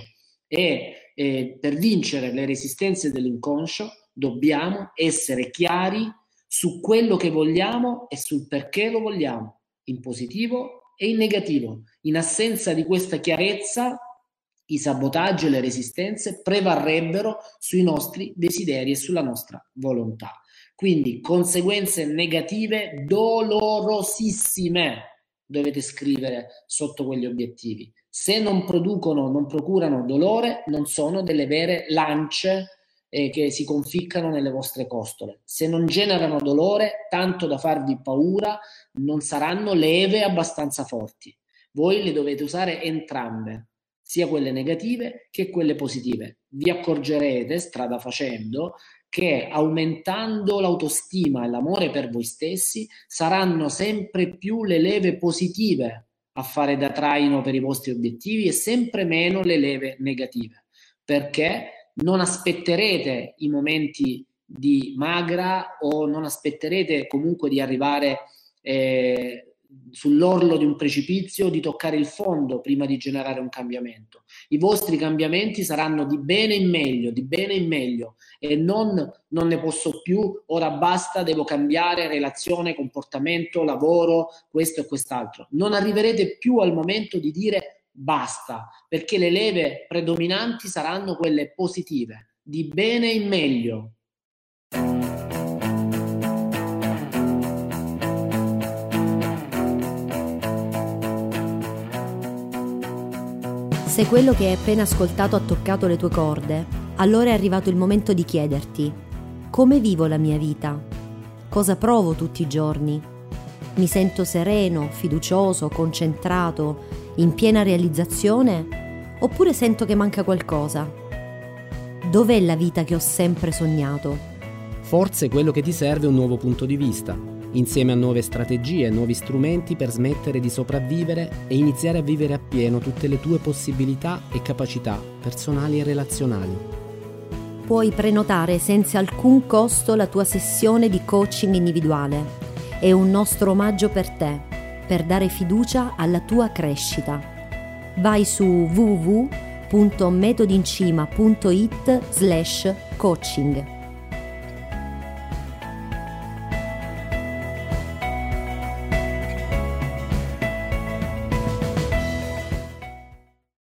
e eh, per vincere le resistenze dell'inconscio dobbiamo essere chiari su quello che vogliamo e sul perché lo vogliamo, in positivo e in negativo. In assenza di questa chiarezza, i sabotaggi e le resistenze prevarrebbero sui nostri desideri e sulla nostra volontà. Quindi conseguenze negative dolorosissime dovete scrivere sotto quegli obiettivi. Se non producono, non procurano dolore, non sono delle vere lance eh, che si conficcano nelle vostre costole. Se non generano dolore, tanto da farvi paura, non saranno leve abbastanza forti. Voi le dovete usare entrambe, sia quelle negative che quelle positive. Vi accorgerete, strada facendo, che aumentando l'autostima e l'amore per voi stessi saranno sempre più le leve positive a fare da traino per i vostri obiettivi e sempre meno le leve negative, perché non aspetterete i momenti di magra o non aspetterete comunque di arrivare eh, sull'orlo di un precipizio, di toccare il fondo prima di generare un cambiamento. I vostri cambiamenti saranno di bene in meglio, di bene in meglio, e non non ne posso più, ora basta, devo cambiare relazione, comportamento, lavoro, questo e quest'altro. Non arriverete più al momento di dire basta, perché le leve predominanti saranno quelle positive, di bene in meglio. Se quello che hai appena ascoltato ha toccato le tue corde, allora è arrivato il momento di chiederti: come vivo la mia vita? Cosa provo tutti i giorni? Mi sento sereno, fiducioso, concentrato, in piena realizzazione? Oppure sento che manca qualcosa? Dov'è la vita che ho sempre sognato? Forse quello che ti serve è un nuovo punto di vista, insieme a nuove strategie, nuovi strumenti per smettere di sopravvivere e iniziare a vivere appieno tutte le tue possibilità e capacità personali e relazionali. Puoi prenotare senza alcun costo la tua sessione di coaching individuale. È un nostro omaggio per te, per dare fiducia alla tua crescita. Vai su w w w punto metodincima punto it slash coaching.